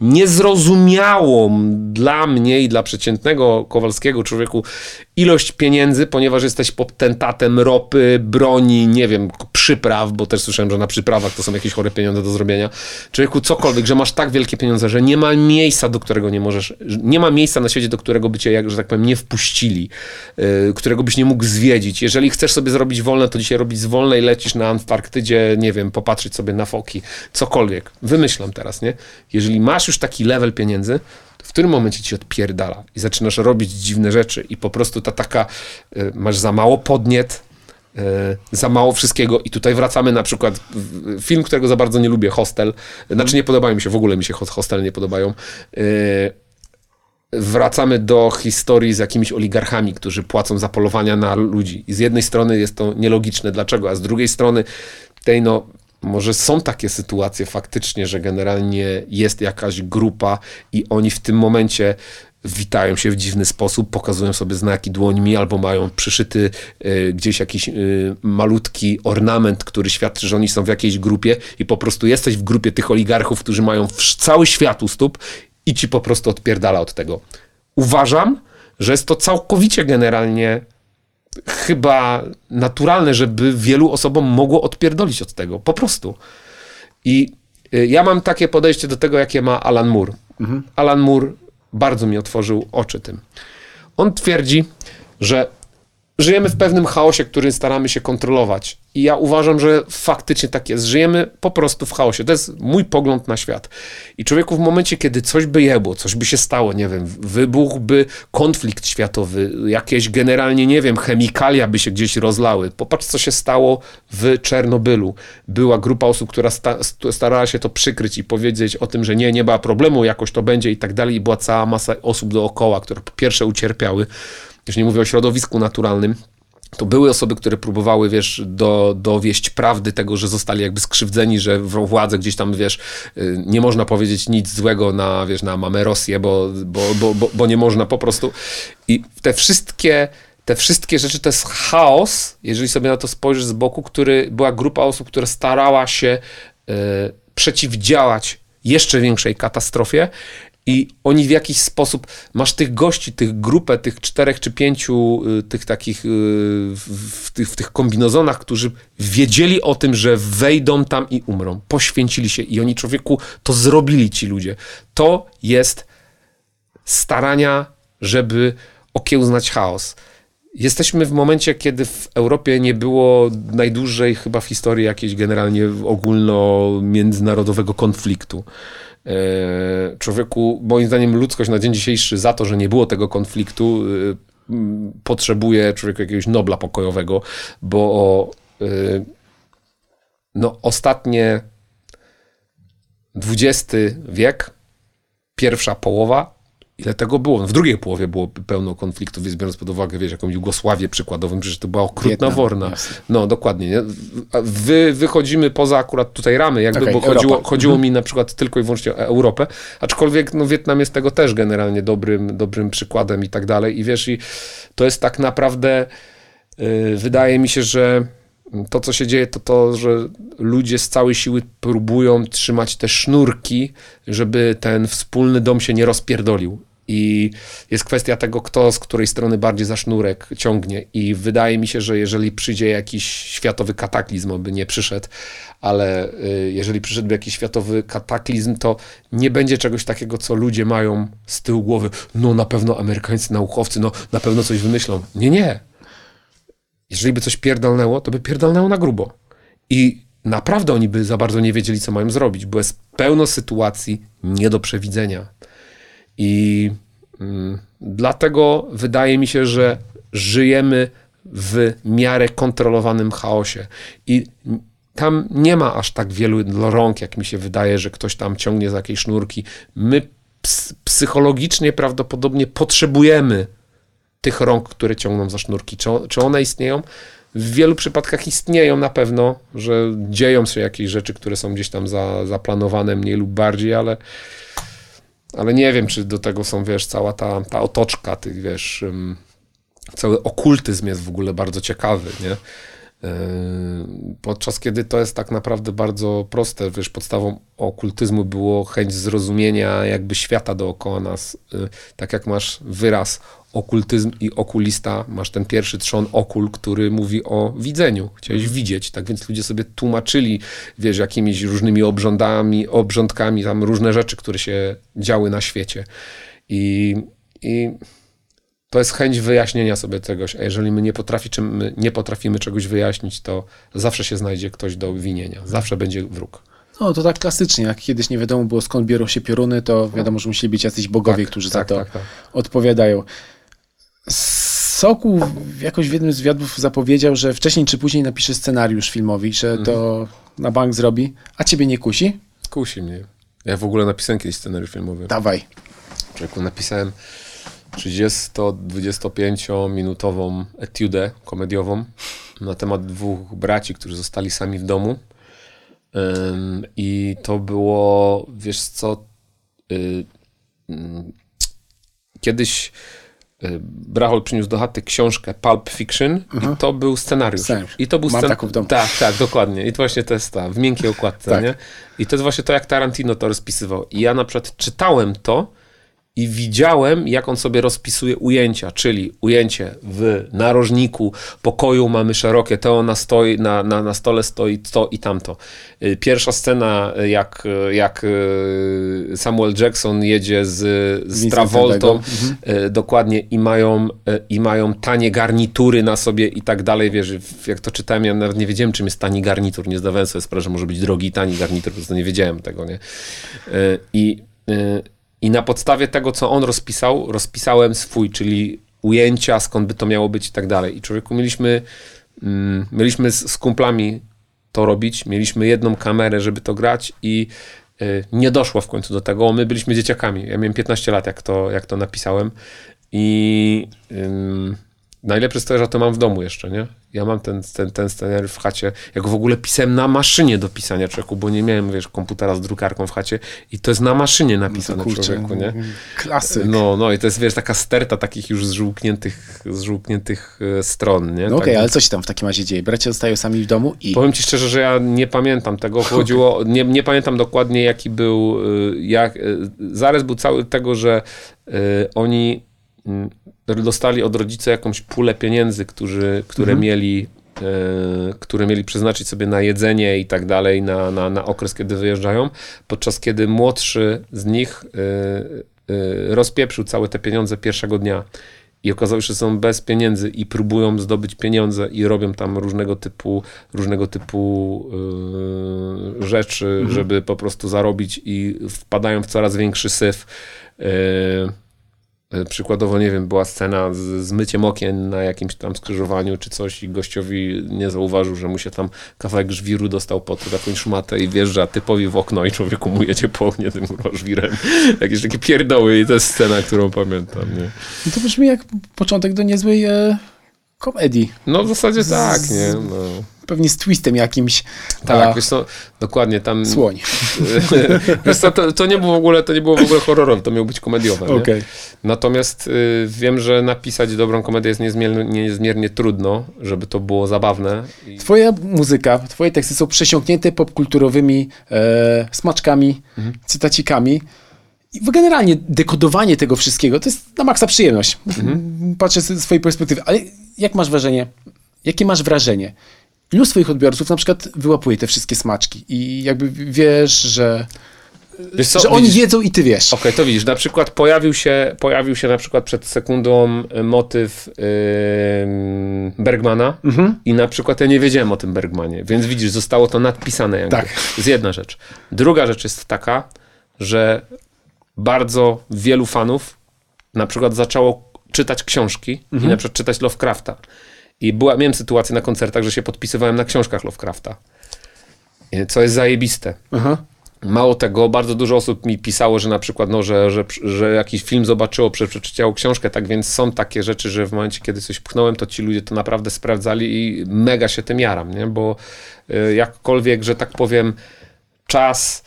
niezrozumiałą dla mnie i dla przeciętnego Kowalskiego człowieku ilość pieniędzy, ponieważ jesteś potentatem ropy, broni, nie wiem, przypraw, bo też słyszałem, że na przyprawach to są jakieś chore pieniądze do zrobienia. Człowieku, cokolwiek, że masz tak wielkie pieniądze, że nie ma miejsca, do którego nie możesz, nie ma miejsca na świecie, do którego by cię, jak, że tak powiem, nie wpuścili, yy, którego byś nie mógł zwiedzić. Jeżeli chcesz sobie zrobić wolne, to dzisiaj robić z wolnej, lecisz na Antarktydzie, nie wiem, popatrzeć sobie na foki, cokolwiek. Wymyślam teraz, nie? Jeżeli masz już taki level pieniędzy, w którym momencie ci odpierdala i zaczynasz robić dziwne rzeczy i po prostu ta taka, y, masz za mało podniet, y, za mało wszystkiego i tutaj wracamy na przykład, w, film, którego za bardzo nie lubię, Hostel, znaczy nie podobają mi się, w ogóle mi się Hostel nie podobają, y, wracamy do historii z jakimiś oligarchami, którzy płacą za polowania na ludzi i z jednej strony jest to nielogiczne, dlaczego, a z drugiej strony tej no może są takie sytuacje faktycznie, że generalnie jest jakaś grupa i oni w tym momencie witają się w dziwny sposób, pokazują sobie znaki dłońmi albo mają przyszyty y, gdzieś jakiś y, malutki ornament, który świadczy, że oni są w jakiejś grupie i po prostu jesteś w grupie tych oligarchów, którzy mają w, cały świat u stóp i ci po prostu odpierdala od tego. Uważam, że jest to całkowicie generalnie chyba naturalne, żeby wielu osobom mogło odpierdolić od tego. Po prostu. I y, ja mam takie podejście do tego, jakie ma Alan Moore. Mhm. Alan Moore bardzo mi otworzył oczy tym. On twierdzi, że żyjemy w pewnym chaosie, który staramy się kontrolować. I ja uważam, że faktycznie tak jest. Żyjemy po prostu w chaosie. To jest mój pogląd na świat. I człowieku w momencie, kiedy coś by jebło, coś by się stało, nie wiem, wybuchłby konflikt światowy, jakieś generalnie, nie wiem, chemikalia by się gdzieś rozlały. Popatrz, co się stało w Czernobylu. Była grupa osób, która sta- starała się to przykryć i powiedzieć o tym, że nie, nie ma problemu, jakoś to będzie i tak dalej. I była cała masa osób dookoła, które po pierwsze ucierpiały. Już nie mówię o środowisku naturalnym, to były osoby, które próbowały, wiesz, do, dowieść prawdy tego, że zostali jakby skrzywdzeni, że władze gdzieś tam, wiesz, nie można powiedzieć nic złego na, wiesz, na mamę Rosję, bo, bo, bo, bo, bo nie można po prostu. I te wszystkie, te wszystkie rzeczy to jest chaos, jeżeli sobie na to spojrzysz z boku, który była grupa osób, która starała się y, przeciwdziałać jeszcze większej katastrofie. I oni w jakiś sposób, masz tych gości, tych grupę, tych czterech czy pięciu, tych takich w, w, tych, w tych kombinozonach, którzy wiedzieli o tym, że wejdą tam i umrą. Poświęcili się i oni, człowieku, to zrobili ci ludzie. To jest starania, żeby okiełznać chaos. Jesteśmy w momencie, kiedy w Europie nie było najdłużej chyba w historii jakiejś generalnie ogólno-międzynarodowego konfliktu. Człowieku, moim zdaniem ludzkość na dzień dzisiejszy za to, że nie było tego konfliktu, potrzebuje człowieku jakiegoś Nobla pokojowego, bo no, ostatnie dwudziesty wiek, pierwsza połowa, ile tego było? W drugiej połowie było pełno konfliktów, więc biorąc pod uwagę, wiesz, jakąś Jugosławię przykładową, przecież to była okrutna Wietnam, wojna. No, dokładnie. Nie? Wy, wychodzimy poza akurat tutaj ramy, jakby, okay, bo chodziło, chodziło mhm. mi na przykład tylko i wyłącznie o Europę, aczkolwiek no, Wietnam jest tego też generalnie dobrym, dobrym przykładem i tak dalej. I wiesz, i to jest tak naprawdę, yy, wydaje mi się, że to, co się dzieje, to to, że ludzie z całej siły próbują trzymać te sznurki, żeby ten wspólny dom się nie rozpierdolił. I jest kwestia tego, kto z której strony bardziej za sznurek ciągnie. I wydaje mi się, że jeżeli przyjdzie jakiś światowy kataklizm, oby nie przyszedł, ale jeżeli przyszedłby jakiś światowy kataklizm, to nie będzie czegoś takiego, co ludzie mają z tyłu głowy. No na pewno amerykańscy naukowcy, no na pewno coś wymyślą. Nie, nie. Jeżeli by coś pierdolnęło, to by pierdolnęło na grubo. I naprawdę oni by za bardzo nie wiedzieli, co mają zrobić, bo jest pełno sytuacji nie do przewidzenia. I Dlatego wydaje mi się, że żyjemy w miarę kontrolowanym chaosie i tam nie ma aż tak wielu rąk, jak mi się wydaje, że ktoś tam ciągnie za jakieś sznurki. My ps- psychologicznie prawdopodobnie potrzebujemy tych rąk, które ciągną za sznurki. Czy, czy one istnieją? W wielu przypadkach istnieją na pewno, że dzieją się jakieś rzeczy, które są gdzieś tam za, zaplanowane mniej lub bardziej, ale, ale nie wiem, czy do tego są, wiesz, cała ta, ta otoczka tych, wiesz, um, cały okultyzm jest w ogóle bardzo ciekawy, nie? Podczas kiedy to jest tak naprawdę bardzo proste, wiesz, podstawą okultyzmu było chęć zrozumienia jakby świata dookoła nas, tak jak masz wyraz okultyzm i okulista, masz ten pierwszy trzon okul, który mówi o widzeniu, chciałeś widzieć, tak więc ludzie sobie tłumaczyli, wiesz, jakimiś różnymi obrządami, obrządkami, tam różne rzeczy, które się działy na świecie i, i to jest chęć wyjaśnienia sobie czegoś, a jeżeli my nie, potrafi, czy my nie potrafimy czegoś wyjaśnić, to zawsze się znajdzie ktoś do winienia. Zawsze będzie wróg. No to tak klasycznie, jak kiedyś nie wiadomo było, skąd biorą się pioruny, to wiadomo, że musieli być jacyś bogowie, tak, którzy tak, za to tak, tak. odpowiadają. Sokół jakoś w jednym z wywiadów zapowiedział, że wcześniej czy później napisze scenariusz filmowy, że mhm. to na bank zrobi, a ciebie nie kusi? Kusi mnie. Ja w ogóle napisałem kiedyś scenariusz filmowy. Dawaj. Człowieku, napisałem trzydziesto-dwudziestopięciominutową etiudę komediową na temat dwóch braci, którzy zostali sami w domu. Ym, I to było, wiesz co, y, y, kiedyś y, Brachol przyniósł do chaty książkę Pulp Fiction uh-huh. i to był scenariusz. scenariusz. I to był Mam scen... taką w domu. Tak, tak, dokładnie. I to właśnie to jest ta, w miękkiej okładce, tak. nie? I to jest właśnie to, jak Tarantino to rozpisywał. I ja na przykład czytałem to i widziałem, jak on sobie rozpisuje ujęcia, czyli ujęcie w narożniku pokoju mamy szerokie, to na, stoi, na, na, na stole stoi to i tamto. Pierwsza scena, jak, jak Samuel Jackson jedzie z, z Travoltą, mhm. dokładnie, i mają, i mają tanie garnitury na sobie i tak dalej, wiesz, jak to czytałem, ja nawet nie wiedziałem, czym jest tani garnitur, nie zdawałem sobie sprawy, że może być drogi i tani garnitur, po prostu nie wiedziałem tego, nie? I I na podstawie tego, co on rozpisał, rozpisałem swój, czyli ujęcia, skąd by to miało być i tak dalej. I człowieku, mieliśmy, mm, mieliśmy z, z kumplami to robić, mieliśmy jedną kamerę, żeby to grać i y, nie doszło w końcu do tego. My byliśmy dzieciakami. Ja miałem piętnaście lat, jak to, jak to napisałem. I y, najlepsze jest to, że to mam w domu jeszcze, nie? Ja mam ten, ten, ten scenariusz w chacie. Jak w ogóle pisałem na maszynie do pisania, człowieku, bo nie miałem, wiesz, komputera z drukarką w chacie i to jest na maszynie napisane, no kurczę, człowieku, nie? Klasyk. No, no i to jest, wiesz, taka sterta takich już zżółkniętych, zżółkniętych stron, nie? No okej, okay, ale co się tam w takim razie dzieje? Bracia zostają sami w domu i... Powiem ci szczerze, że ja nie pamiętam tego. Chodziło, okay. nie, nie pamiętam dokładnie, jaki był, jak, zarys był cały tego, że y, oni dostali od rodzica jakąś pulę pieniędzy, którzy, które, mhm. mieli, e, które mieli przeznaczyć sobie na jedzenie i tak dalej, na, na, na okres, kiedy wyjeżdżają, podczas kiedy młodszy z nich e, e, rozpieprzył całe te pieniądze pierwszego dnia i okazało się, że są bez pieniędzy i próbują zdobyć pieniądze i robią tam różnego typu, różnego typu e, rzeczy, mhm. żeby po prostu zarobić i wpadają w coraz większy syf. E, Przykładowo, nie wiem, była scena z, z myciem okien na jakimś tam skrzyżowaniu czy coś i gościowi nie zauważył, że mu się tam kawałek żwiru dostał pod jakąś szmatę i wjeżdża typowi w okno i człowieku mu jedzie po oknie tym żwirem. Jakieś takie pierdoły i to jest scena, którą pamiętam, nie? No to brzmi jak początek do niezłej e, komedii. No w zasadzie z, tak, nie? No. Pewnie z twistem jakimś. Tak, wiesz co, dokładnie tam... Słoń. Wiesz co, to, to nie było w ogóle, to nie było w ogóle horrorowe, to miało być komediowe. Okay. Natomiast y, wiem, że napisać dobrą komedię jest niezmiernie, niezmiernie trudno, żeby to było zabawne. I... Twoja muzyka, twoje teksty są przesiąknięte popkulturowymi e, smaczkami, mhm. cytacikami. I generalnie dekodowanie tego wszystkiego to jest na maksa przyjemność. Mhm. Patrzę ze swojej perspektywy, ale jak masz wrażenie, jakie masz wrażenie? Ilu swoich odbiorców na przykład wyłapuje te wszystkie smaczki i jakby wiesz, że, wiesz co, że oni widzisz, jedzą i ty wiesz. Okej, okay, to widzisz, na przykład pojawił się, pojawił się na przykład przed sekundą motyw yy, Bergmana mhm. i na przykład ja nie wiedziałem o tym Bergmanie, więc widzisz, zostało to nadpisane jakby. Tak. To jest jedna rzecz. Druga rzecz jest taka, że bardzo wielu fanów na przykład zaczęło czytać książki Mhm. i na przykład czytać Lovecrafta. I była, miałem sytuację na koncertach, że się podpisywałem na książkach Lovecrafta. I co jest zajebiste. Aha. Mało tego, bardzo dużo osób mi pisało, że na przykład, no, że, że, że jakiś film zobaczyło, prze- przeczytało książkę, tak więc są takie rzeczy, że w momencie, kiedy coś pchnąłem, to ci ludzie to naprawdę sprawdzali i mega się tym jaram, nie? Bo y, jakkolwiek, że tak powiem, czas,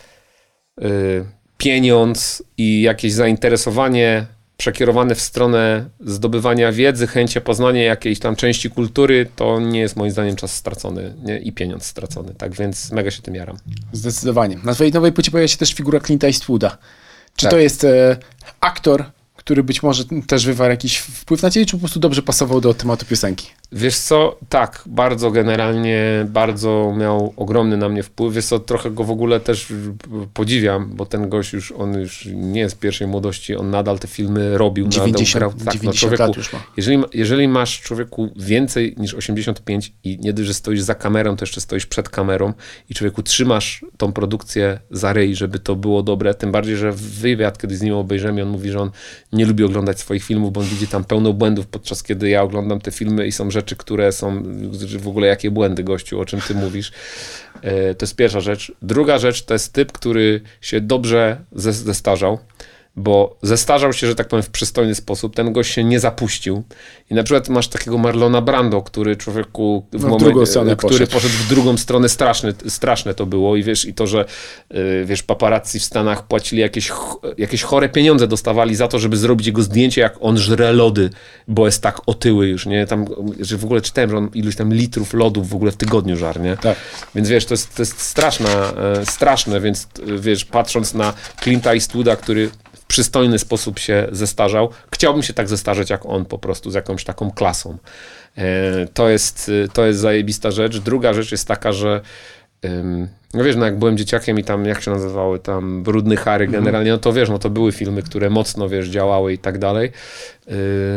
y, pieniądz i jakieś zainteresowanie przekierowane w stronę zdobywania wiedzy, chęcie poznania jakiejś tam części kultury, to nie jest moim zdaniem czas stracony, nie? I pieniądz stracony, tak więc mega się tym jaram. Zdecydowanie. Na twojej nowej płycie pojawia się też figura Clint'a Eastwooda. Czy Tak. to jest e, aktor, który być może też wywarł jakiś wpływ na ciebie, czy po prostu dobrze pasował do tematu piosenki? Wiesz co, tak, bardzo generalnie, bardzo miał ogromny na mnie wpływ. Wiesz co, trochę go w ogóle też podziwiam, bo ten gość już, on już nie jest pierwszej młodości, on nadal te filmy robił, dziewięćdziesiąt, nadal grał. Tak, dziewięćdziesiąt no, człowieku, lat już ma. Jeżeli, jeżeli masz, człowieku, więcej niż osiemdziesiąt pięć i nie dość, że stoisz za kamerą, to jeszcze stoisz przed kamerą i człowieku trzymasz tą produkcję za ryj, żeby to było dobre, tym bardziej, że wywiad, kiedy z nim obejrzymy, on mówi, że on nie lubi oglądać swoich filmów, bo on widzi tam pełno błędów, podczas kiedy ja oglądam te filmy i są rzeczy, które są, że w ogóle jakie błędy, gościu, o czym ty mówisz. E, to jest pierwsza rzecz. Druga rzecz to jest typ, który się dobrze ze- zestarzał, bo zestarzał się, że tak powiem, w przystojny sposób. Ten gość się nie zapuścił. I na przykład masz takiego Marlona Brando, który człowieku w, w momencie, drugą stronę który poszedł. poszedł w drugą stronę, straszne, straszne to było. I wiesz, i to, że y, wiesz, paparazzi w Stanach płacili jakieś, ch- jakieś chore pieniądze, dostawali za to, żeby zrobić jego zdjęcie, jak on żre lody, bo jest tak otyły już, nie? Tam, że w ogóle czytałem, że on iluś tam litrów lodów w ogóle w tygodniu żar, nie? Tak. Więc wiesz, to jest, to jest straszna, e, straszne, więc e, wiesz, patrząc na Clint'a Eastwooda, który w przystojny sposób się zestarzał, chciałbym się tak zestarzeć jak on po prostu, z jakąś taką klasą. E, to jest, e, to jest zajebista rzecz. Druga rzecz jest taka, że ym, no wiesz, no jak byłem dzieciakiem i tam, jak się nazywały, tam Brudny Harry generalnie, no to wiesz, no to były filmy, które mocno, wiesz, działały i tak dalej. E,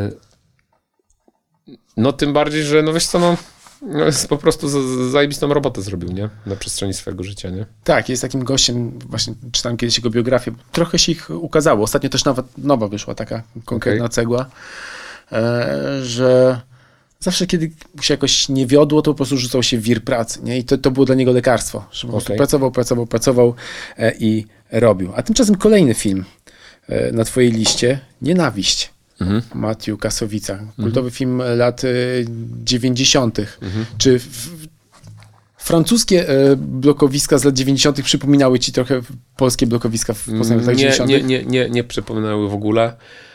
no tym bardziej, że no wiesz co, no No jest po prostu z- zajebistą robotę zrobił, nie? Na przestrzeni swojego życia, nie? Tak, jest takim gościem, właśnie czytałem kiedyś jego biografię, trochę się ich ukazało. Ostatnio też nawet nowa wyszła taka konkretna Okej. cegła, e, że zawsze kiedy się jakoś nie wiodło, to po prostu rzucał się w wir pracy, nie? I to, to było dla niego lekarstwo, że po prostu Okej. pracował, pracował, pracował e, i robił. A tymczasem kolejny film e, na twojej liście, Nienawiść. Mhm. Matthew Kasowica. Kultowy film lat y, dziewięćdziesiątych. Mhm. Czy w, francuskie e, blokowiska z lat dziewięćdziesiątych przypominały ci trochę polskie blokowiska w Poznaniu lat Nie, dziewięćdziesiątych? nie, nie, nie, nie przypominały w ogóle.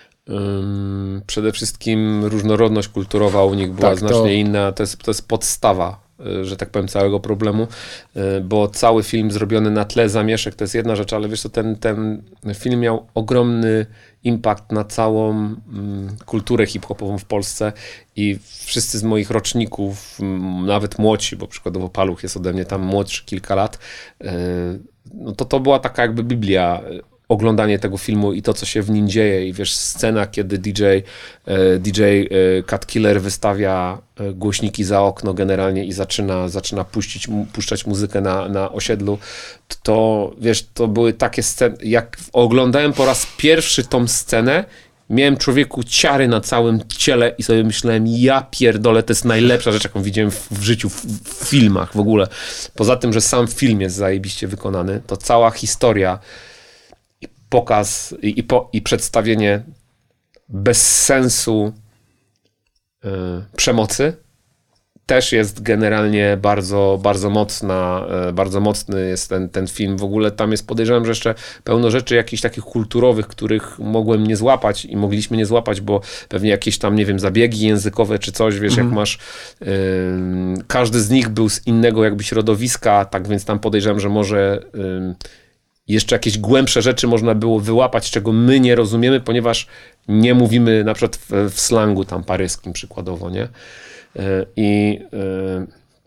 Ym, przede wszystkim różnorodność kulturowa u nich była Tak, znacznie to- inna. To jest, to jest podstawa, y, że tak powiem, całego problemu, y, bo cały film zrobiony na tle zamieszek to jest jedna rzecz, ale wiesz co, ten, ten film miał ogromny impact na całą mm, kulturę hip-hopową w Polsce i wszyscy z moich roczników, mm, nawet młodsi, bo przykładowo Paluch jest ode mnie tam młodszy kilka lat, y, no to to była taka jakby Biblia, y, oglądanie tego filmu i to, co się w nim dzieje i wiesz, scena, kiedy D J, e, D J e, Cut Killer wystawia e, głośniki za okno generalnie i zaczyna, zaczyna puścić, mu- puszczać muzykę na, na osiedlu, to, to wiesz, to były takie sceny, jak oglądałem po raz pierwszy tą scenę, miałem człowieku ciary na całym ciele i sobie myślałem, ja pierdolę, to jest najlepsza rzecz, jaką widziałem w, w życiu, w, w filmach w ogóle. Poza tym, że sam film jest zajebiście wykonany, to cała historia, pokaz i, i, po, i przedstawienie bez sensu y, przemocy też jest generalnie bardzo, bardzo mocna, y, bardzo mocny jest ten, ten film. W ogóle tam jest, podejrzewam, że jeszcze pełno rzeczy jakichś takich kulturowych, których mogłem nie złapać i mogliśmy nie złapać, bo pewnie jakieś tam, nie wiem, zabiegi językowe czy coś, wiesz, jak masz, y, każdy z nich był z innego jakby środowiska, tak więc tam podejrzewam, że może y, jeszcze jakieś głębsze rzeczy można było wyłapać, czego my nie rozumiemy, ponieważ nie mówimy na przykład w, w slangu tam paryskim przykładowo, nie? E, I e,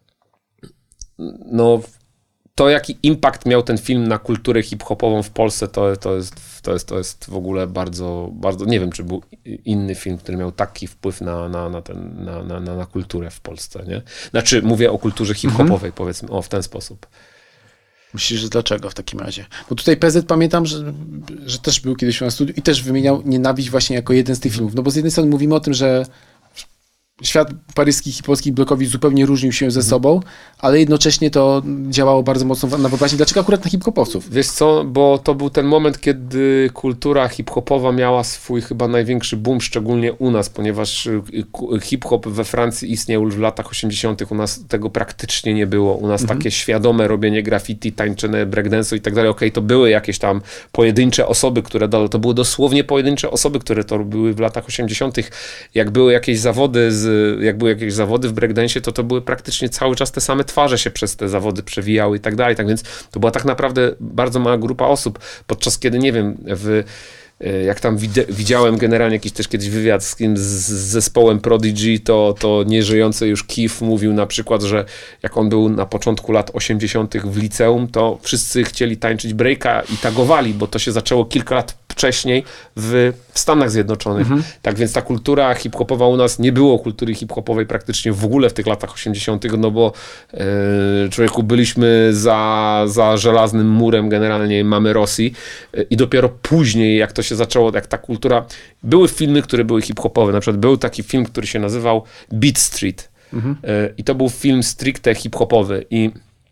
no to, jaki impact miał ten film na kulturę hip-hopową w Polsce, to, to, jest, to, jest, to jest w ogóle bardzo, bardzo, nie wiem, czy był inny film, który miał taki wpływ na, na, na, ten, na, na, na, na kulturę w Polsce, nie? Znaczy, mówię o kulturze hip-hopowej, powiedzmy, o, w ten sposób. Myślisz, że dlaczego w takim razie? Bo tutaj P Z pamiętam, że, że też był kiedyś na studiu i też wymieniał Nienawiść właśnie jako jeden z tych filmów. No bo z jednej strony mówimy o tym, że świat paryskich i polskich blokowic zupełnie różnił się ze sobą, ale jednocześnie to działało bardzo mocno na wyobraźni. Dlaczego akurat na hip-hopowców? Wiesz co, bo to był ten moment, kiedy kultura hip-hopowa miała swój chyba największy boom, szczególnie u nas, ponieważ hip-hop we Francji istniał już w latach osiemdziesiątych. U nas tego praktycznie nie było. U nas mhm. takie świadome robienie graffiti, tańczenie breakdance'u i tak dalej. Okej, to były jakieś tam pojedyncze osoby, które dali. To były dosłownie pojedyncze osoby, które to robiły w latach osiemdziesiątych. Jak były jakieś zawody z jak były jakieś zawody w breakdance'ie, to to były praktycznie cały czas te same twarze się przez te zawody przewijały i tak dalej. Tak więc to była tak naprawdę bardzo mała grupa osób, podczas kiedy, nie wiem, w, jak tam wide- widziałem generalnie jakiś też kiedyś wywiad z, kim, z, z zespołem Prodigy, to, to nieżyjący już Keef mówił na przykład, że jak on był na początku lat osiemdziesiątych w liceum, to wszyscy chcieli tańczyć breaka i tagowali, bo to się zaczęło kilka lat wcześniej w, w Stanach Zjednoczonych. Mhm. Tak więc ta kultura hip-hopowa u nas, nie było kultury hip-hopowej praktycznie w ogóle w tych latach osiemdziesiątych, no bo e, człowieku byliśmy za, za żelaznym murem generalnie mamy Rosji e, i dopiero później, jak to się zaczęło, jak ta kultura... Były filmy, które były hip-hopowe. Na przykład był taki film, który się nazywał Beat Street. Mhm. E, I to był film stricte hip-hopowy i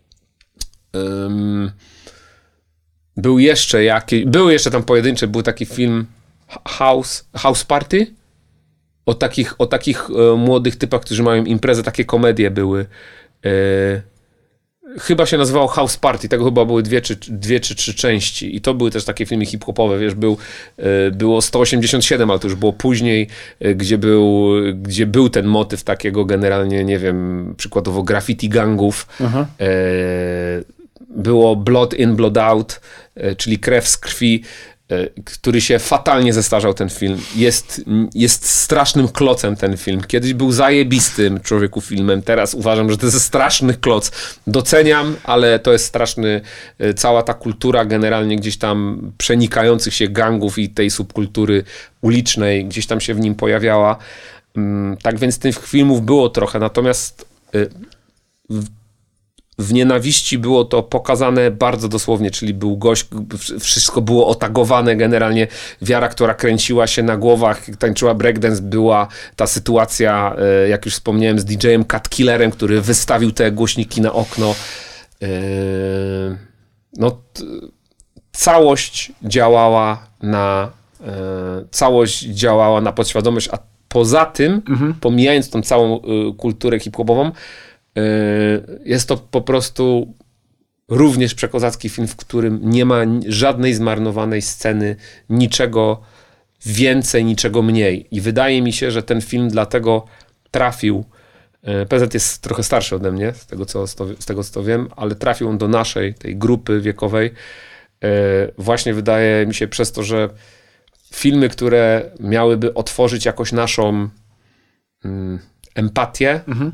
um, Był jeszcze jakiś, były jeszcze tam pojedyncze, był taki film House, House Party o takich, o takich e, młodych typach, którzy mają imprezę, takie komedie były. E, chyba się nazywało House Party, tego chyba były dwie czy, dwie czy trzy części i to były też takie filmy hip-hopowe, wiesz, był, e, było sto osiemdziesiąt siedem, ale to już było później, e, gdzie, był, gdzie był ten motyw takiego generalnie, nie wiem, przykładowo graffiti gangów. Aha. E, było Blood in, Blood out, czyli krew z krwi, który się fatalnie zestarzał ten film. Jest, jest strasznym klocem ten film. Kiedyś był zajebistym człowieku filmem, teraz uważam, że to jest straszny kloc. Doceniam, ale to jest straszny, cała ta kultura generalnie gdzieś tam przenikających się gangów i tej subkultury ulicznej gdzieś tam się w nim pojawiała. Tak więc tych filmów było trochę, natomiast w Nienawiści było to pokazane bardzo dosłownie, czyli był gość, wszystko było otagowane generalnie, wiara, która kręciła się na głowach, tańczyła breakdance, była ta sytuacja, jak już wspomniałem, z D J-em Cat Killerem, który wystawił te głośniki na okno. No, t- całość działała na całość działała na podświadomość, a poza tym, mhm. pomijając tą całą kulturę hip-hopową, jest to po prostu również przekozacki film, w którym nie ma żadnej zmarnowanej sceny, niczego więcej, niczego mniej. I wydaje mi się, że ten film dlatego trafił, P Z jest trochę starszy ode mnie, z tego co, z tego co to wiem, ale trafił on do naszej, tej grupy wiekowej. Właśnie wydaje mi się przez to, że filmy, które miałyby otworzyć jakoś naszą mm, empatię, mhm.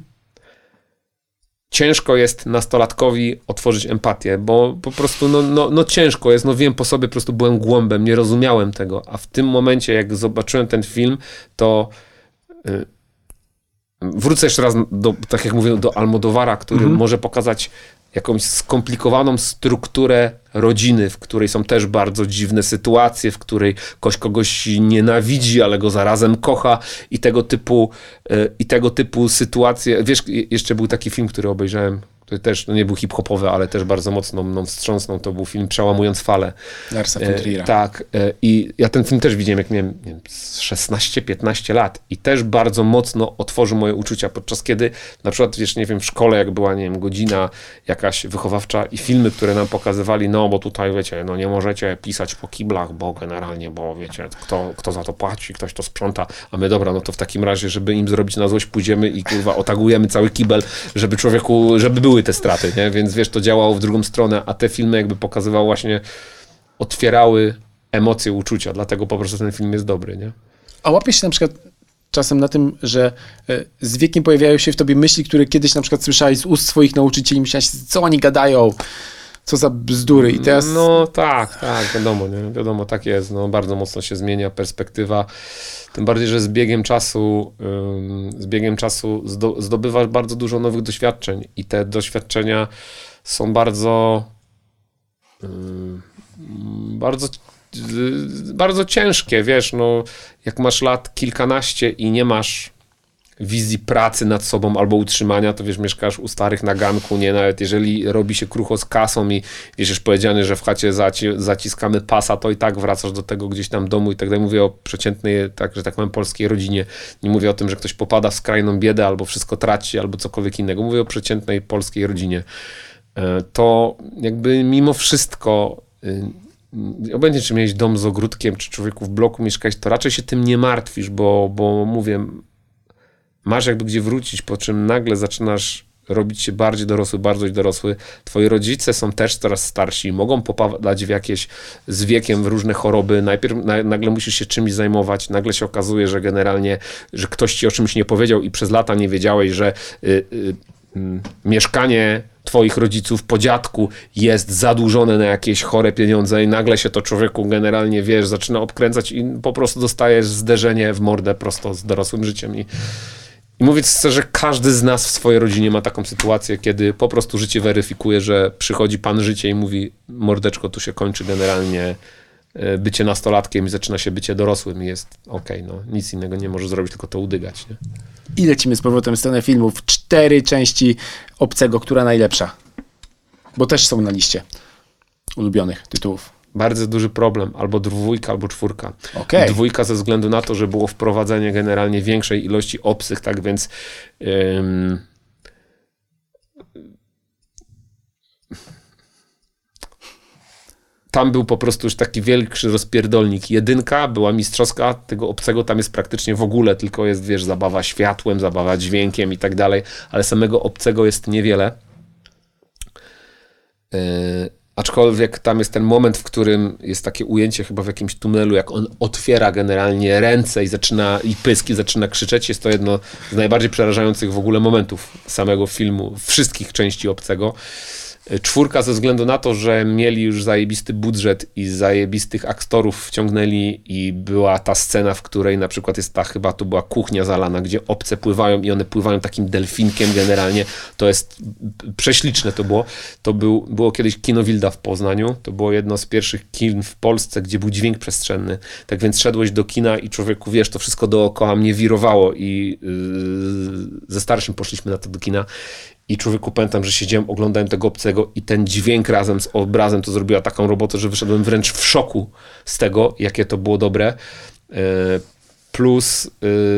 Ciężko jest nastolatkowi otworzyć empatię, bo po prostu no, no, no ciężko jest, no wiem po sobie, po prostu byłem głąbem, nie rozumiałem tego, a w tym momencie jak zobaczyłem ten film, to yy, wrócę jeszcze raz do, tak jak mówię, do Almodovara, który mhm. może pokazać jakąś skomplikowaną strukturę rodziny, w której są też bardzo dziwne sytuacje, w której ktoś kogoś nienawidzi, ale go zarazem kocha i tego typu, i tego typu sytuacje. Wiesz, jeszcze był taki film, który obejrzałem, który też no nie był hip-hopowy, ale też bardzo mocno mną wstrząsnął. To był film Przełamując falę. Larsa von Trier'a. E, tak. E, I ja ten film też widziałem, jak miałem nie wiem, szesnaście piętnaście lat i też bardzo mocno otworzył moje uczucia, podczas kiedy na przykład, wiesz, nie wiem, w szkole, jak była, nie wiem, godzina jakaś wychowawcza i filmy, które nam pokazywali, no bo tutaj, wiecie, no nie możecie pisać po kiblach, bo generalnie, bo wiecie, kto, kto za to płaci, ktoś to sprząta, a my dobra, no to w takim razie, żeby im zrobić na złość, pójdziemy i kurwa otagujemy cały kibel, żeby człowieku, żeby były te straty, nie? Więc wiesz, to działało w drugą stronę, a te filmy jakby pokazywały właśnie, otwierały emocje, uczucia, dlatego po prostu ten film jest dobry, nie? A łapiesz się na przykład czasem na tym, że z wiekiem pojawiają się w tobie myśli, które kiedyś na przykład słyszałeś z ust swoich nauczycieli, myślałeś, co oni gadają, co za bzdury i teraz... No tak, tak, wiadomo, nie? Wiadomo, tak jest, no bardzo mocno się zmienia perspektywa, tym bardziej, że z biegiem czasu, ym, z biegiem czasu zdo, zdobywasz bardzo dużo nowych doświadczeń i te doświadczenia są bardzo Bardzo, bardzo ciężkie, wiesz, no, jak masz lat kilkanaście i nie masz wizji pracy nad sobą albo utrzymania, to wiesz, mieszkasz u starych na ganku, nie, nawet jeżeli robi się krucho z kasą i wiesz, już powiedziane, że w chacie zaci zaciskamy pasa, to i tak wracasz do tego gdzieś tam domu i tak dalej. Mówię o przeciętnej, tak, że tak powiem, polskiej rodzinie. Nie mówię o tym, że ktoś popada w skrajną biedę albo wszystko traci, albo cokolwiek innego. Mówię o przeciętnej polskiej rodzinie. To jakby mimo wszystko obojętnie, czy miałeś dom z ogródkiem, czy człowieku w bloku mieszkać, to raczej się tym nie martwisz, bo, bo mówię, masz jakby gdzie wrócić, po czym nagle zaczynasz robić się bardziej dorosły, bardziej dorosły. Twoi rodzice są też coraz starsi, mogą popadać w jakieś z wiekiem w różne choroby. Najpierw na, nagle musisz się czymś zajmować, nagle się okazuje, że generalnie, że ktoś ci o czymś nie powiedział i przez lata nie wiedziałeś, że y, y, y, mieszkanie twoich rodziców po dziadku jest zadłużone na jakieś chore pieniądze i nagle się to człowieku generalnie, wiesz, zaczyna obkręcać i po prostu dostajesz zderzenie w mordę prosto z dorosłym życiem. I, i mówię szczerze, że każdy z nas w swojej rodzinie ma taką sytuację, kiedy po prostu życie weryfikuje, że przychodzi pan życie i mówi, mordeczko, tu się kończy generalnie bycie nastolatkiem i zaczyna się bycie dorosłym i jest okej, okay, no nic innego nie możesz zrobić, tylko to udygać, nie? I lecimy z powrotem w stronę filmów. Cztery części Obcego, która najlepsza? Bo też są na liście ulubionych tytułów. Bardzo duży problem. Albo dwójka, albo czwórka. Okay. Dwójka ze względu na to, że było wprowadzenie generalnie większej ilości obcych, tak więc ym, tam był po prostu już taki wielki rozpierdolnik. Jedynka była mistrzowska, tego obcego tam jest praktycznie w ogóle, tylko jest, wiesz, zabawa światłem, zabawa dźwiękiem i tak dalej, ale samego obcego jest niewiele. Yy, aczkolwiek tam jest ten moment, w którym jest takie ujęcie chyba w jakimś tunelu, jak on otwiera generalnie ręce i zaczyna, i pyski, zaczyna krzyczeć. Jest to jedno z najbardziej przerażających w ogóle momentów samego filmu, wszystkich części Obcego. Czwórka ze względu na to, że mieli już zajebisty budżet i zajebistych aktorów wciągnęli i była ta scena, w której na przykład jest ta, chyba to była kuchnia zalana, gdzie obce pływają i one pływają takim delfinkiem generalnie. To jest prześliczne to było. To był, było kiedyś Kino Wilda w Poznaniu. To było jedno z pierwszych kin w Polsce, gdzie był dźwięk przestrzenny. Tak więc szedłeś do kina i człowieku, wiesz, to wszystko dookoła mnie wirowało i yy, ze starszym poszliśmy na to do kina. I człowieku, pamiętam, że siedziałem, oglądałem tego Obcego i ten dźwięk razem z obrazem to zrobiła taką robotę, że wyszedłem wręcz w szoku z tego, jakie to było dobre. Plus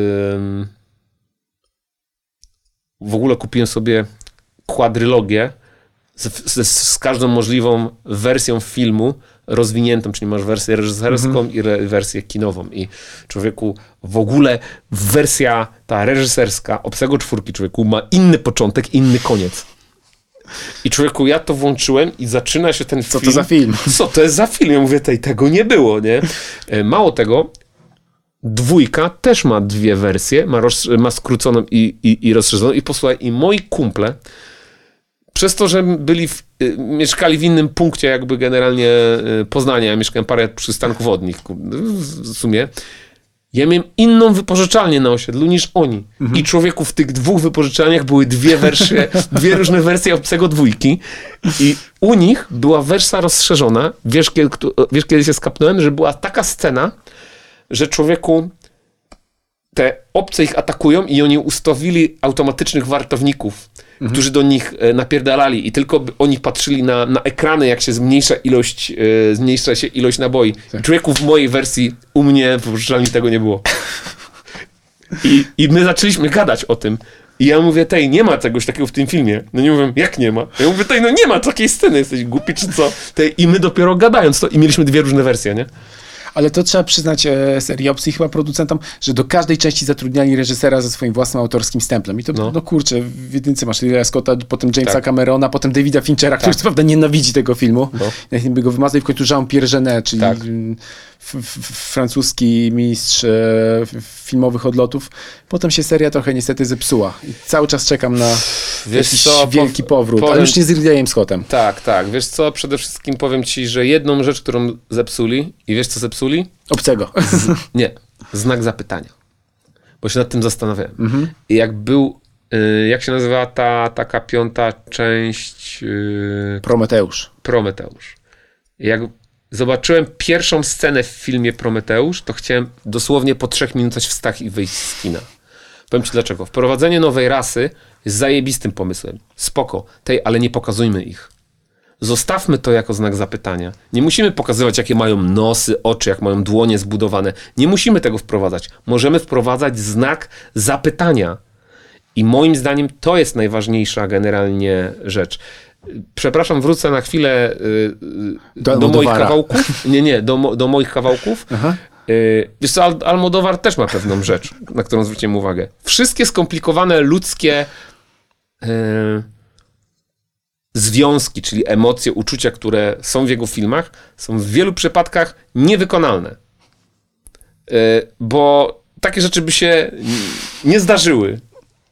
w ogóle kupiłem sobie kwadrylogię z, z, z każdą możliwą wersją filmu rozwiniętą, czyli masz wersję reżyserską mm-hmm. i re, wersję kinową. I człowieku, w ogóle wersja ta reżyserska Obcego czwórki, człowieku, ma inny początek, inny koniec. I człowieku, ja to włączyłem i zaczyna się ten Co film. Co to za film? Co to jest za film? Ja mówię, tej, tego nie było, nie? Mało tego, dwójka też ma dwie wersje, ma, roz, ma skróconą i, i, i rozszerzoną. I posłuchaj, i moi kumple, przez to, że byli w, y, mieszkali w innym punkcie jakby generalnie y, Poznania, ja mieszkałem parę przystanków od nich w sumie, ja miałem inną wypożyczalnię na osiedlu niż oni. Mhm. I człowieku, w tych dwóch wypożyczalniach były dwie wersje, dwie różne wersje Obcego dwójki i u nich była wersja rozszerzona, wiesz kiedy, wiesz, kiedy się skapnąłem, że była taka scena, że człowieku te obce ich atakują i oni ustawili automatycznych wartowników, mhm. którzy do nich e, napierdalali i tylko oni patrzyli na, na ekrany, jak się zmniejsza ilość, e, zmniejsza się ilość naboi. Tak. Człowieku, w mojej wersji, u mnie w wypożyczalni tego nie było. I, I my zaczęliśmy gadać o tym. I ja mówię, tej, nie ma czegoś takiego w tym filmie. No nie mówię, jak nie ma? Ja mówię, tej, no nie ma takiej sceny, jesteś głupi czy co? Tej, i my dopiero gadając to, i mieliśmy dwie różne wersje, nie? Ale to trzeba przyznać e, serii Obcy chyba producentom, że do każdej części zatrudniali reżysera ze swoim własnym autorskim stemplem. I to, no, no kurczę, w jedynce masz Ridleya Scotta, potem Jamesa tak. Camerona, potem Davida Finchera, tak. który co prawda nienawidzi tego filmu. No. Jak by go wymazał, w końcu Jean-Pierre Jeunet, czyli tak. f, f, francuski mistrz e, filmowych odlotów. Potem się seria trochę niestety zepsuła. I cały czas czekam na wiesz jakiś co, wielki powrót, powiem, ale już nie z Ridleyem Scottem. Tak, tak. Wiesz co, przede wszystkim powiem ci, że jedną rzecz, którą zepsuli, i wiesz co zepsuli? Obcego. Z, nie, znak zapytania. Bo się nad tym zastanawiałem. Mhm. I jak był, y, jak się nazywała ta taka piąta część? Y, Prometeusz. Prometeusz. Jak zobaczyłem pierwszą scenę w filmie Prometeusz, to chciałem dosłownie po trzech minutach wstać i wyjść z kina. Powiem ci dlaczego. Wprowadzenie nowej rasy jest zajebistym pomysłem. Spoko. Tej, ale nie pokazujmy ich. Zostawmy to jako znak zapytania. Nie musimy pokazywać, jakie mają nosy, oczy, jak mają dłonie zbudowane. Nie musimy tego wprowadzać. Możemy wprowadzać znak zapytania. I moim zdaniem to jest najważniejsza generalnie rzecz. Przepraszam, wrócę na chwilę y, do, do moich kawałków. Nie, nie, do, do moich kawałków. Aha. Y, wiesz co, Al- Almodóvar też ma pewną rzecz, na którą zwróciłem uwagę. Wszystkie skomplikowane ludzkie y, związki, czyli emocje, uczucia, które są w jego filmach, są w wielu przypadkach niewykonalne. Y, bo takie rzeczy by się nie zdarzyły.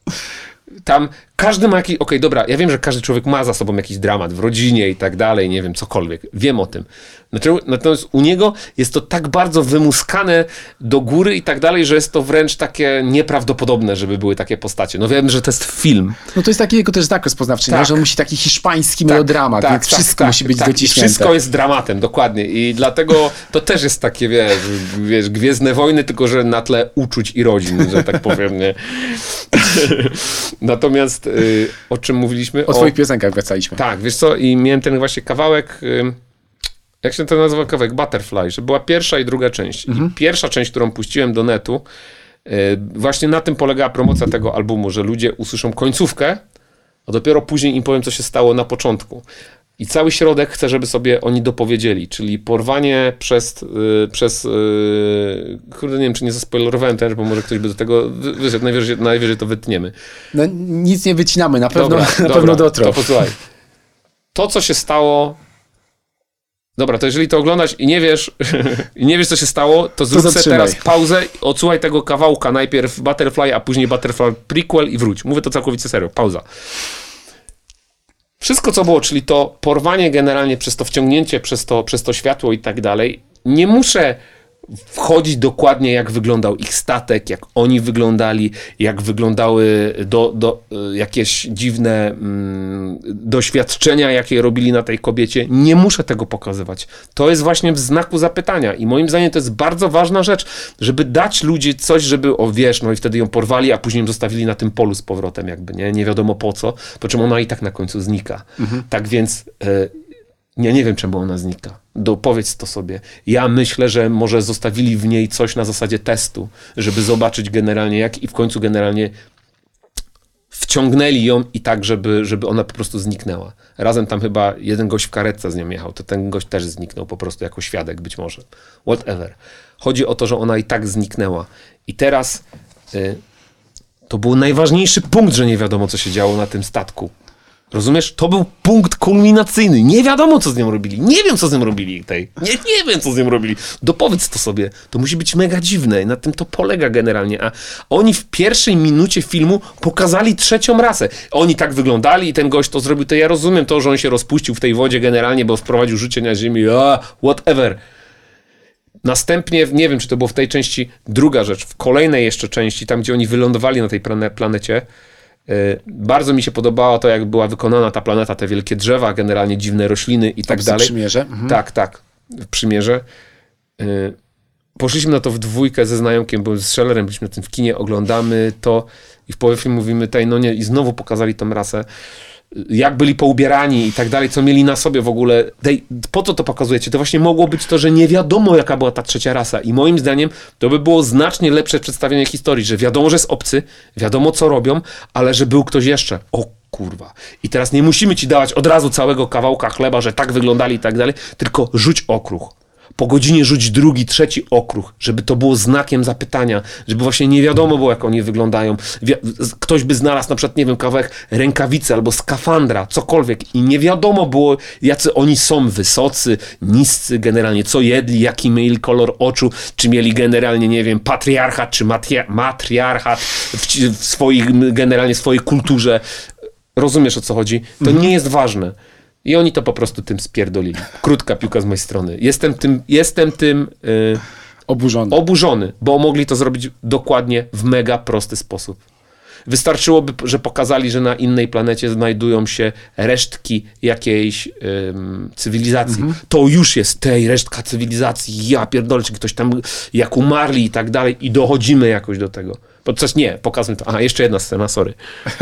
Tam każdy ma jakiś... Okej, okay, dobra, ja wiem, że każdy człowiek ma za sobą jakiś dramat w rodzinie i tak dalej, nie wiem, cokolwiek. Wiem o tym. Natomiast u niego jest to tak bardzo wymuskane do góry i tak dalej, że jest to wręcz takie nieprawdopodobne, żeby były takie postacie. No wiem, że to jest film. No to jest taki jego też znak rozpoznawczy, tak. Że on musi taki hiszpański tak, melodramat, tak, więc tak, wszystko tak, musi być tak, dociśnięte. Wszystko jest dramatem, dokładnie. I dlatego to też jest takie, wiesz, wiesz, Gwiezdne Wojny, tylko że na tle uczuć i rodzin, że tak powiem, nie? Natomiast y, o czym mówiliśmy? O twoich piosenkach wracaliśmy. Tak, wiesz co, i miałem ten właśnie kawałek, y, jak się to nazywa kawałek? Butterfly, że była pierwsza i druga część. Mhm. I pierwsza część, którą puściłem do netu, y, właśnie na tym polegała promocja tego albumu, że ludzie usłyszą końcówkę, a dopiero później im powiem, co się stało na początku. I cały środek chcę, żeby sobie oni dopowiedzieli, czyli porwanie przez, yy, przez yy, kurde, nie wiem, czy nie zaspoilerowałem też, bo może ktoś by do tego wyszedł, najwyżej, najwyżej to wytniemy. No nic nie wycinamy, na pewno, dobra, na dobra, pewno dotrą. To posłuchaj. To, co się stało... Dobra, to jeżeli to oglądasz i nie wiesz, i nie wiesz, co się stało, to zrób sobie teraz pauzę, odsłuchaj tego kawałka, najpierw Butterfly, a później Butterfly prequel i wróć. Mówię to całkowicie serio, pauza. Wszystko, co było, czyli to porwanie generalnie przez to wciągnięcie, przez to, przez to światło i tak dalej, nie muszę wchodzić dokładnie, jak wyglądał ich statek, jak oni wyglądali, jak wyglądały do, do, jakieś dziwne mm, doświadczenia, jakie robili na tej kobiecie. Nie muszę tego pokazywać. To jest właśnie w znaku zapytania i moim zdaniem to jest bardzo ważna rzecz, żeby dać ludziom coś, żeby, o wiesz, no i wtedy ją porwali, a później ją zostawili na tym polu z powrotem jakby, nie? Nie wiadomo po co, po czym ona i tak na końcu znika. Mhm. Tak więc... Y- Ja nie wiem, czemu ona znika. Dopowiedz to sobie. Ja myślę, że może zostawili w niej coś na zasadzie testu, żeby zobaczyć generalnie jak i w końcu generalnie wciągnęli ją i tak, żeby, żeby ona po prostu zniknęła. Razem tam chyba jeden gość w karetce z nią jechał, to ten gość też zniknął po prostu jako świadek być może. Whatever. Chodzi o to, że ona i tak zniknęła. I teraz y, to był najważniejszy punkt, że nie wiadomo, co się działo na tym statku. Rozumiesz? To był punkt kulminacyjny. Nie wiadomo, co z nią robili. Nie wiem, co z nią robili tej. Nie, nie wiem, co z nią robili. Dopowiedz to sobie. To musi być mega dziwne. Na tym to polega generalnie. A oni w pierwszej minucie filmu pokazali trzecią rasę. Oni tak wyglądali i ten gość to zrobił. To ja rozumiem to, że on się rozpuścił w tej wodzie generalnie, bo wprowadził życie na ziemi. A, whatever. Następnie, nie wiem, czy to było w tej części, druga rzecz. W kolejnej jeszcze części, tam gdzie oni wylądowali na tej plane- planecie, bardzo mi się podobało to, jak była wykonana ta planeta, te wielkie drzewa, generalnie dziwne rośliny i tak dalej. Przymierze. Mhm. Tak, tak, w Przymierze. Poszliśmy na to w dwójkę ze znajomkiem, bo z Schellerem byliśmy na tym w kinie, oglądamy to i w połowie filmu mówimy, tej, no nie, i znowu pokazali tą rasę, jak byli poubierani i tak dalej, co mieli na sobie w ogóle. Tej, po co to pokazujecie? To właśnie mogło być to, że nie wiadomo, jaka była ta trzecia rasa i moim zdaniem to by było znacznie lepsze przedstawienie historii, że wiadomo, że jest obcy, wiadomo, co robią, ale że był ktoś jeszcze. O kurwa. I teraz nie musimy ci dawać od razu całego kawałka chleba, że tak wyglądali i tak dalej, tylko rzuć okruch. Po godzinie rzuć drugi, trzeci okruch, żeby to było znakiem zapytania, żeby właśnie nie wiadomo było, jak oni wyglądają. Ktoś by znalazł na przykład, nie wiem, kawałek rękawicy albo skafandra, cokolwiek i nie wiadomo było, jacy oni są, wysocy, niscy, generalnie co jedli, jaki mieli kolor oczu, czy mieli generalnie, nie wiem, patriarchat, czy matria- matriarchat w, w swoich, generalnie swojej kulturze. Rozumiesz, o co chodzi? To mhm. nie jest ważne. I oni to po prostu tym spierdolili. Krótka piłka z mojej strony. Jestem tym, jestem tym yy, oburzony. oburzony, bo mogli to zrobić dokładnie w mega prosty sposób. Wystarczyłoby, że pokazali, że na innej planecie znajdują się resztki jakiejś ym, cywilizacji. Mhm. To już jest tej resztka cywilizacji, ja pierdolę, czy ktoś tam jak umarli i tak dalej i dochodzimy jakoś do tego. Podczas nie, pokażmy to. Aha, jeszcze jedna scena, sorry.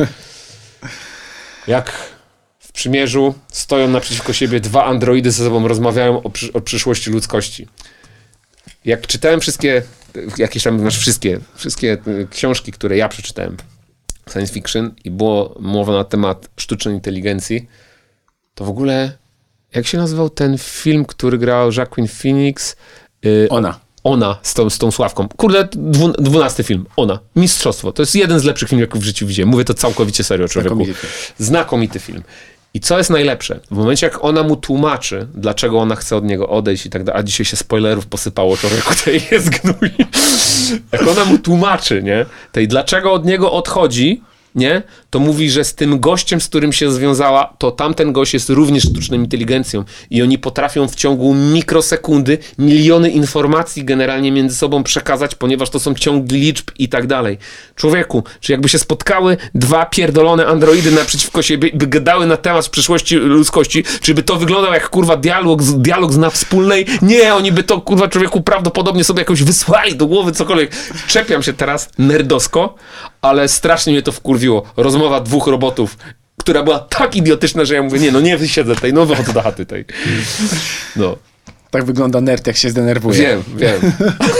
Jak w przymierzu stoją naprzeciwko siebie dwa androidy ze sobą, rozmawiają o, przy, o przyszłości ludzkości. Jak czytałem wszystkie, jakieś tam, znaczy wszystkie, wszystkie książki, które ja przeczytałem, science fiction, i było mowa na temat sztucznej inteligencji, to w ogóle, jak się nazywał ten film, który grał Joaquin Phoenix? Yy, Ona. Ona z tą, z tą Sławką. Kurde, dwu, dwunasty film. Ona. Mistrzostwo. To jest jeden z lepszych filmów, jakie w życiu widziałem. Mówię to całkowicie serio, człowieku. Znakomity film. Znakomity film. I co jest najlepsze? W momencie, jak ona mu tłumaczy, dlaczego ona chce od niego odejść i tak dalej, a dzisiaj się spoilerów posypało, człowieku, tej jest gnój. Jak ona mu tłumaczy, nie? Tej, dlaczego od niego odchodzi, nie? To mówi, że z tym gościem, z którym się związała, to tamten gość jest również sztuczną inteligencją i oni potrafią w ciągu mikrosekundy miliony informacji generalnie między sobą przekazać, ponieważ to są ciągi liczb i tak dalej. Człowieku, czy jakby się spotkały dwa pierdolone androidy naprzeciwko siebie i by gadały na temat przyszłości ludzkości, czy by to wyglądał jak kurwa dialog, dialog z na wspólnej? Nie, oni by to kurwa, człowieku, prawdopodobnie sobie jakoś wysłali do głowy, cokolwiek. Czepiam się teraz nerdowsko, ale strasznie mnie to wkurwiło. Rozmowa dwóch robotów, która była tak idiotyczna, że ja mówię, nie, no nie wysiedzę tej, no wychodzę do chaty tej. No. Tak wygląda nerd, jak się zdenerwuje. Wiem, wiem.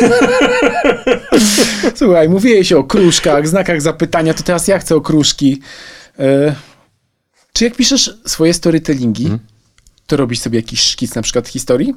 Słuchaj, mówiłeś o kruszkach, znakach zapytania, to teraz ja chcę o kruszki. E, czy jak piszesz swoje storytellingi, hmm? to robisz sobie jakiś szkic na przykład historii?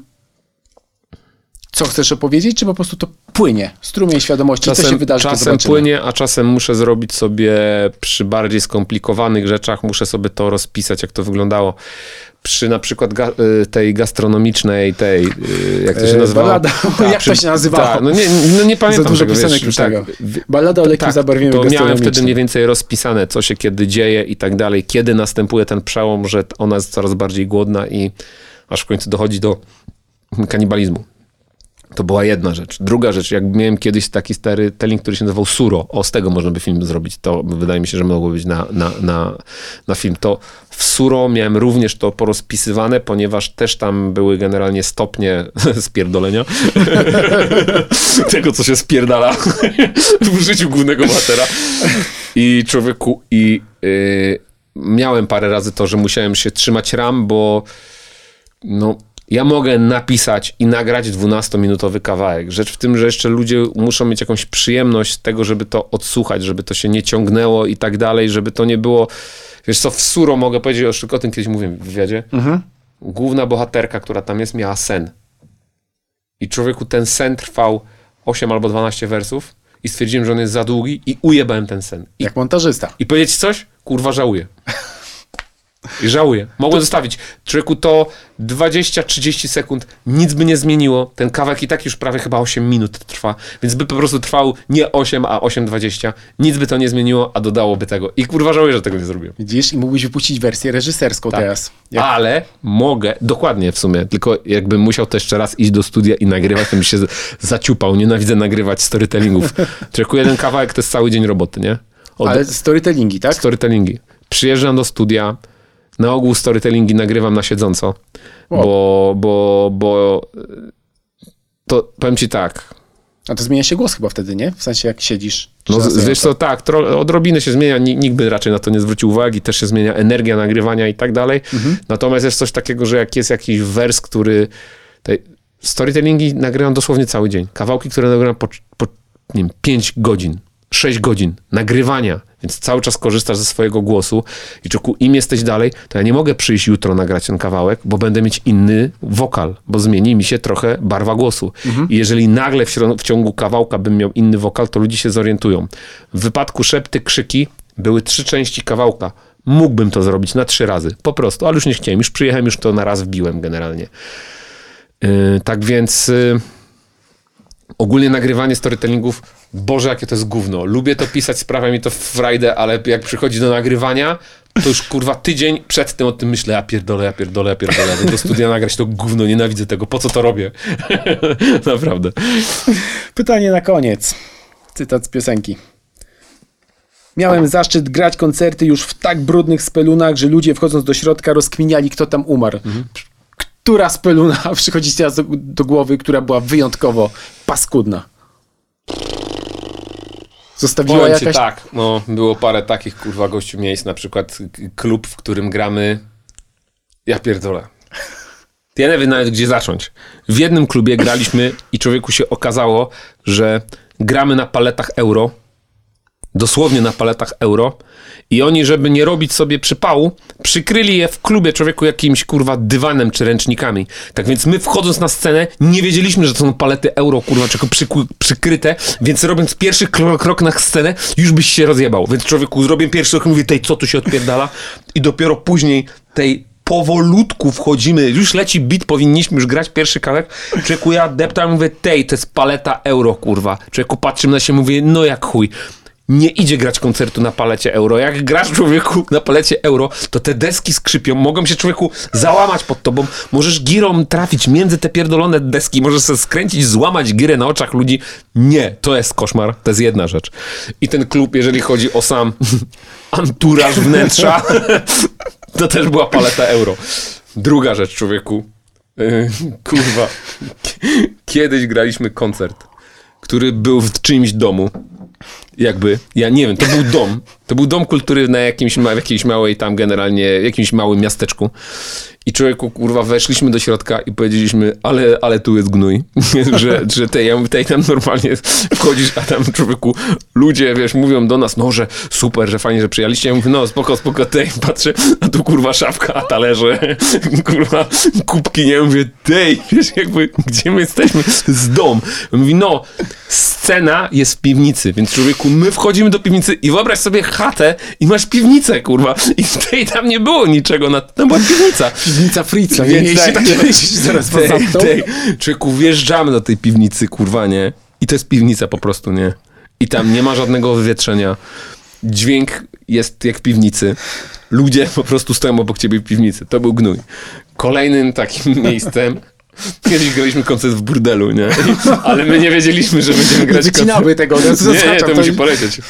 Co chcesz opowiedzieć, czy po prostu to płynie? Strumień świadomości, czasem, co się wydarzy, czasem płynie, a czasem muszę zrobić sobie przy bardziej skomplikowanych rzeczach, muszę sobie to rozpisać, jak to wyglądało. Przy na przykład ga, tej gastronomicznej, tej, jak to się nazywało? Balada, ta, jak przy, to się nazywało? Ta, no, nie, no nie pamiętam. Za dużo pisanek już tak, Balada o lekkim tak, zabarwieniu gastronomicznym. To miałem wtedy mniej więcej rozpisane, co się kiedy dzieje i tak dalej, kiedy następuje ten przełom, że ona jest coraz bardziej głodna i aż w końcu dochodzi do kanibalizmu. To była jedna rzecz. Druga rzecz, jak miałem kiedyś taki stary telling, który się nazywał Suro, o, z tego można by film zrobić, to wydaje mi się, że mogło być na, na, na, na film. To w Suro miałem również to porozpisywane, ponieważ też tam były generalnie stopnie spierdolenia. Tego, co się spierdala w życiu głównego bohatera. I człowieku, i yy, miałem parę razy to, że musiałem się trzymać ram, bo no... Ja mogę napisać i nagrać dwunastominutowy kawałek. Rzecz w tym, że jeszcze ludzie muszą mieć jakąś przyjemność z tego, żeby to odsłuchać, żeby to się nie ciągnęło i tak dalej, żeby to nie było... Wiesz co, w Suro mogę powiedzieć, już tylko o tym kiedyś mówiłem w wywiadzie. Mhm. Główna bohaterka, która tam jest, miała sen. I człowieku, ten sen trwał osiem albo dwanaście wersów i stwierdziłem, że on jest za długi i ujebałem ten sen. I, jak montażysta. I powiedzieć coś? Kurwa, żałuję. I żałuję. Mogłem to... zostawić. Człowieku, to dwadzieścia trzydzieści sekund, nic by nie zmieniło. Ten kawałek i tak już prawie chyba osiem minut trwa, więc by po prostu trwał nie osiem, a osiem dwadzieścia. Nic by to nie zmieniło, a dodałoby tego. I kurwa żałuję, że tego nie zrobiłem. Widzisz? I mógłbyś wypuścić wersję reżyserską tak. teraz. Jak... Ale mogę, dokładnie w sumie, tylko jakbym musiał to jeszcze raz iść do studia i nagrywać, to bym się zaciupał. Nienawidzę nagrywać storytellingów. Człowieku, jeden kawałek to jest cały dzień roboty, nie? Od... Ale storytellingi, tak? Storytellingi. Przyjeżdżam do studia, na ogół storytellingi nagrywam na siedząco, wow. bo, bo, bo to powiem ci tak. A to zmienia się głos chyba wtedy, nie? W sensie jak siedzisz. No z, wiesz co, tak, tro, odrobinę się zmienia, nikt by raczej na to nie zwrócił uwagi, też się zmienia energia nagrywania i tak dalej. Mhm. Natomiast jest coś takiego, że jak jest jakiś wers, który... Te storytellingi nagrywam dosłownie cały dzień. Kawałki, które nagrywam po, po nie wiem, pięć godzin. sześć godzin nagrywania, więc cały czas korzystasz ze swojego głosu i czuku, im jesteś dalej, to ja nie mogę przyjść jutro nagrać ten kawałek, bo będę mieć inny wokal, bo zmieni mi się trochę barwa głosu. Mhm. I jeżeli nagle w, w ciągu kawałka bym miał inny wokal, to ludzie się zorientują. W wypadku Szepty, Krzyki były trzy części kawałka. Mógłbym to zrobić na trzy razy. Po prostu, ale już nie chciałem. Już przyjechałem, już to na raz wbiłem generalnie. Yy, tak więc... Yy, ogólnie nagrywanie storytellingów, Boże, jakie to jest gówno. Lubię to pisać, sprawia mi to frajdę, ale jak przychodzi do nagrywania, to już kurwa tydzień przed tym o tym myślę, ja pierdolę, ja pierdolę, ja pierdolę, ja do studia nagrać to gówno, nienawidzę tego, po co to robię? Naprawdę. Pytanie na koniec. Cytat z piosenki. Miałem zaszczyt grać koncerty już w tak brudnych spelunach, że ludzie wchodząc do środka rozkminiali, kto tam umarł. Mhm. Która speluna przychodzi teraz do, do głowy, która była wyjątkowo paskudna? Zostawiła Powiem jakaś... ci tak, no było parę takich kurwa gościu miejsc, na przykład klub, w którym gramy, ja pierdolę. Ja nie wiem nawet gdzie zacząć. W jednym klubie graliśmy i człowieku się okazało, że gramy na paletach euro, dosłownie na paletach euro i oni, żeby nie robić sobie przypału, przykryli je w klubie człowieku jakimś kurwa dywanem czy ręcznikami. Tak więc my wchodząc na scenę nie wiedzieliśmy, że to są palety euro kurwa czego przyku- przykryte, więc robiąc pierwszy krok, krok na scenę już byś się rozjebał. Więc człowieku zrobię pierwszy krok, mówię tej co tu się odpierdala i dopiero później tej powolutku wchodzimy, już leci beat, powinniśmy już grać pierwszy kawałek. Człowieku ja deptam, mówię tej, to jest paleta euro kurwa. Człowieku patrzymy na siebie, mówię no jak chuj. Nie idzie grać koncertu na palecie euro. Jak grasz człowieku na palecie euro, to te deski skrzypią, mogą się człowieku załamać pod tobą. Możesz girą trafić między te pierdolone deski, możesz sobie skręcić, złamać girę na oczach ludzi. Nie, to jest koszmar. To jest jedna rzecz. I ten klub, jeżeli chodzi o sam anturaż wnętrza, to też była paleta euro. Druga rzecz, człowieku. Yy, kurwa. Kiedyś graliśmy koncert, który był w czyimś domu. Jakby, ja nie wiem, to był dom. To był dom kultury na jakimś, w jakiejś małej tam generalnie, jakimś małym miasteczku. I człowieku, kurwa, weszliśmy do środka i powiedzieliśmy, ale, ale tu jest gnój. że, że tej, ja mówię, tej tam normalnie wchodzisz, a tam człowieku, ludzie, wiesz, mówią do nas, no, że super, że fajnie, że przyjęliście. Ja mówię, no, spoko, spoko, tej, patrzę, a tu kurwa szafka, a talerze, kurwa, kubki, nie? Ja mówię, tej, wiesz, jakby, gdzie my jesteśmy? Z dom. Mówi, no, scena jest w piwnicy, więc człowieku, my wchodzimy do piwnicy i wyobraź sobie chatę i masz piwnicę, kurwa. I tej tam nie było niczego, na, tam była piwnica. Piwnica Fritza, nie mieliście takie zaraz tej, tej, człowieku, wjeżdżamy do tej piwnicy, kurwa, nie? I to jest piwnica po prostu, nie? I tam nie ma żadnego wywietrzenia. Dźwięk jest jak w piwnicy. Ludzie po prostu stoją obok ciebie w piwnicy. To był gnój. Kolejnym takim miejscem kiedyś graliśmy koncert w burdelu, nie? Ale my nie wiedzieliśmy, że będziemy grać koncert. Wycinały tego, no, nie, nie, to, to musi polecieć.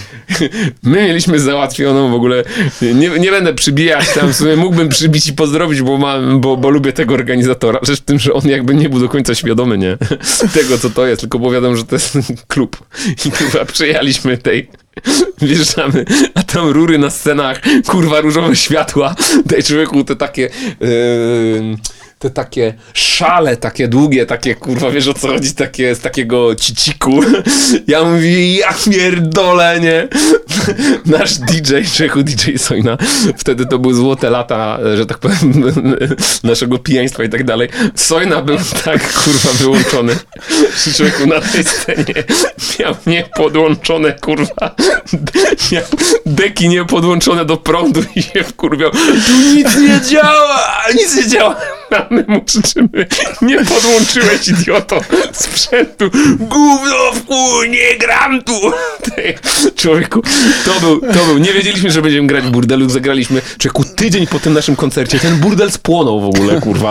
My mieliśmy załatwioną w ogóle, nie, nie będę przybijać tam, w sumie mógłbym przybić i pozdrowić, bo, mam, bo, bo lubię tego organizatora. Rzecz w tym, że on jakby nie był do końca świadomy, nie? Tego, co to jest, tylko bo wiadomo, że to jest klub. I kurwa, przyjechaliśmy tej, wjeżdżamy, a tam rury na scenach, kurwa, różowe światła, tej człowieku te takie... Yy, te takie szale, takie długie, takie, kurwa, wiesz o co chodzi, takie z takiego ciciku. Ja mówię, ja pierdolę, nie? Nasz D J, Czechu D J Sojna, wtedy to były złote lata, że tak powiem, naszego pijaństwa i tak dalej. Sojna był tak, kurwa, wyłączony, że Czechu na tej scenie miał niepodłączone, kurwa, miał deki niepodłączone do prądu i się wkurwiał. Tu nic nie działa, nic nie działa. A my mu krzyczymy, nie podłączyłeś, idioto, sprzętu, gówno w chuj, nie gram tu. Człowieku, to był, to był, nie wiedzieliśmy, że będziemy grać w burdelu, zagraliśmy, człowieku, tydzień po tym naszym koncercie, ten burdel spłonął w ogóle, kurwa.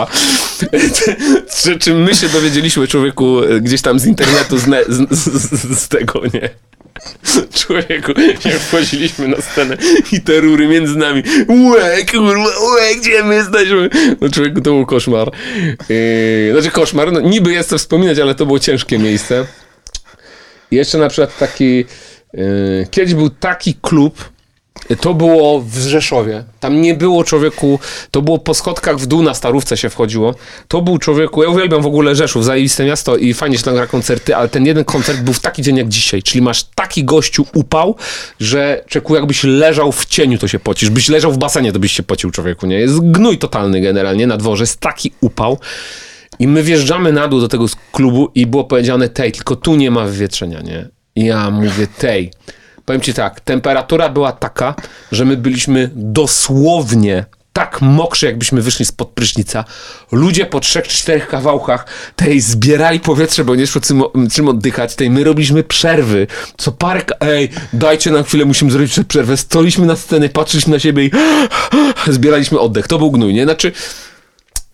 Czy, czy my się dowiedzieliśmy, człowieku, gdzieś tam z internetu, z, ne, z, z, z tego, nie? Człowieku, jak wchodziliśmy na scenę i te rury między nami, łe, kurwa, łe, gdzie my jesteśmy? No człowieku, to był koszmar. Yy, znaczy koszmar, no niby jest to wspominać, ale to było ciężkie miejsce. I jeszcze na przykład taki, yy, kiedyś był taki klub, to było w Rzeszowie. Tam nie było, człowieku, to było po schodkach w dół, na Starówce się wchodziło. To był, człowieku, ja uwielbiam w ogóle Rzeszów, zajebiste miasto i fajnie się tam gra koncerty, ale ten jeden koncert był w taki dzień jak dzisiaj, czyli masz taki gościu upał, że, człowieku, jakbyś leżał w cieniu, to się pocisz, byś leżał w basenie, to byś się pocił, człowieku, nie? Jest gnój totalny generalnie na dworze, jest taki upał. I my wjeżdżamy na dół do tego klubu i było powiedziane, tej, tylko tu nie ma wywietrzenia, nie? I ja mówię, tej... Powiem ci tak, temperatura była taka, że my byliśmy dosłownie tak mokrzy, jakbyśmy wyszli spod prysznica. Ludzie po trzech, czterech kawałkach tej zbierali powietrze, bo nie szło czym, czym oddychać. Tej my robiliśmy przerwy. Co parę... Ej, dajcie nam chwilę, musimy zrobić przerwę. Stoliśmy na scenę, patrzyliśmy na siebie i zbieraliśmy oddech. To był gnój, nie? Znaczy...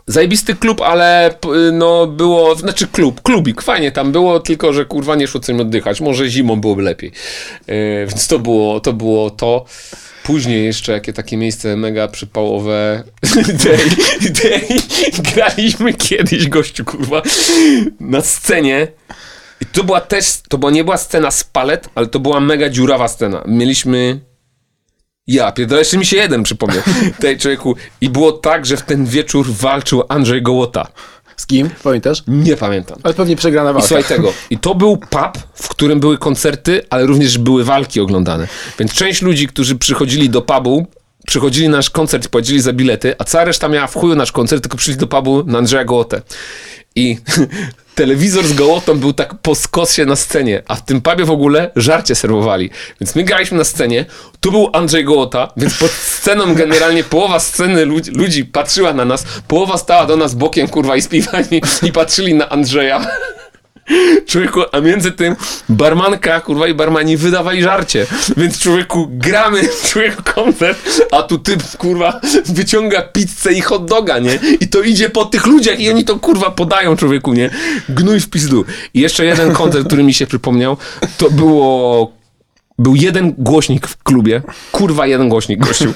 Zajebisty klub, ale no było, znaczy klub, klubik, fajnie tam było, tylko że kurwa nie szło co im oddychać, może zimą byłoby lepiej. Yy, więc to było, to było to. Później jeszcze jakie takie miejsce mega przypałowe. Day, day. Graliśmy kiedyś, gościu, kurwa, na scenie. I to była też, to była, nie była scena z palet, ale to była mega dziurawa scena. Mieliśmy... Ja, pierdolę, jeszcze mi się jeden przypomniał. Tej człowieku. I było tak, że w ten wieczór walczył Andrzej Gołota. Z kim? Pamiętasz? Nie pamiętam. Ale pewnie przegrana walka. I słuchaj tego. I to był pub, w którym były koncerty, ale również były walki oglądane. Więc część ludzi, którzy przychodzili do pubu, przychodzili na nasz koncert i płacili za bilety, a cała reszta miała w chuju nasz koncert, tylko przyszli do pubu na Andrzeja Gołotę. I telewizor z Gołotą był tak po skosie na scenie, a w tym pubie w ogóle żarcie serwowali. Więc my graliśmy na scenie, tu był Andrzej Gołota, więc pod sceną generalnie połowa sceny ludzi, ludzi patrzyła na nas, połowa stała do nas bokiem, kurwa, i śpiewali i patrzyli na Andrzeja. Człowieku, a między tym barmanka, kurwa, i barmani wydawali żarcie. Więc człowieku, gramy, człowieku, koncert, a tu typ, kurwa, wyciąga pizzę i hot doga, nie? I to idzie po tych ludziach i oni to, kurwa, podają, człowieku, nie? Gnój w pizdu. I jeszcze jeden koncert, który mi się przypomniał, to było... Był jeden głośnik w klubie. Kurwa, jeden głośnik, gościu.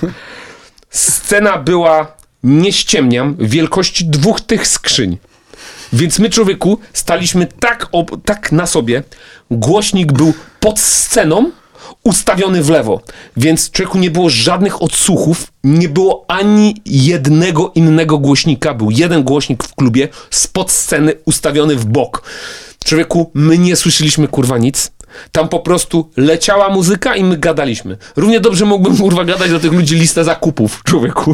Scena była, nie ściemniam, wielkości dwóch tych skrzyń. Więc my, człowieku, staliśmy tak, ob, tak na sobie. Głośnik był pod sceną, ustawiony w lewo. Więc, człowieku, nie było żadnych odsłuchów. Nie było ani jednego innego głośnika. Był jeden głośnik w klubie, spod sceny, ustawiony w bok. Człowieku, my nie słyszeliśmy, kurwa, nic. Tam po prostu leciała muzyka i my gadaliśmy. Równie dobrze mógłbym, kurwa, gadać do tych ludzi listę zakupów, człowieku.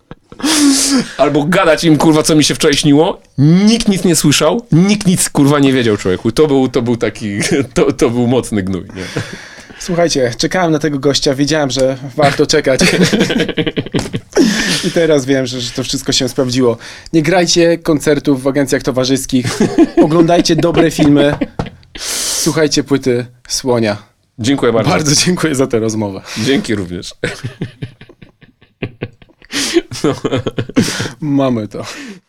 Albo gadać im, kurwa, co mi się wczoraj śniło. Nikt nic nie słyszał, nikt nic, kurwa, nie wiedział, człowieku. To był, to był taki, to, to był mocny gnój, nie? Słuchajcie, czekałem na tego gościa, wiedziałem, że warto czekać. I teraz wiem, że, że to wszystko się sprawdziło. Nie grajcie koncertów w agencjach towarzyskich, oglądajcie dobre filmy, słuchajcie płyty Słonia. Dziękuję bardzo. Bardzo dziękuję za tę rozmowę. Dzięki również. No. Mamy to.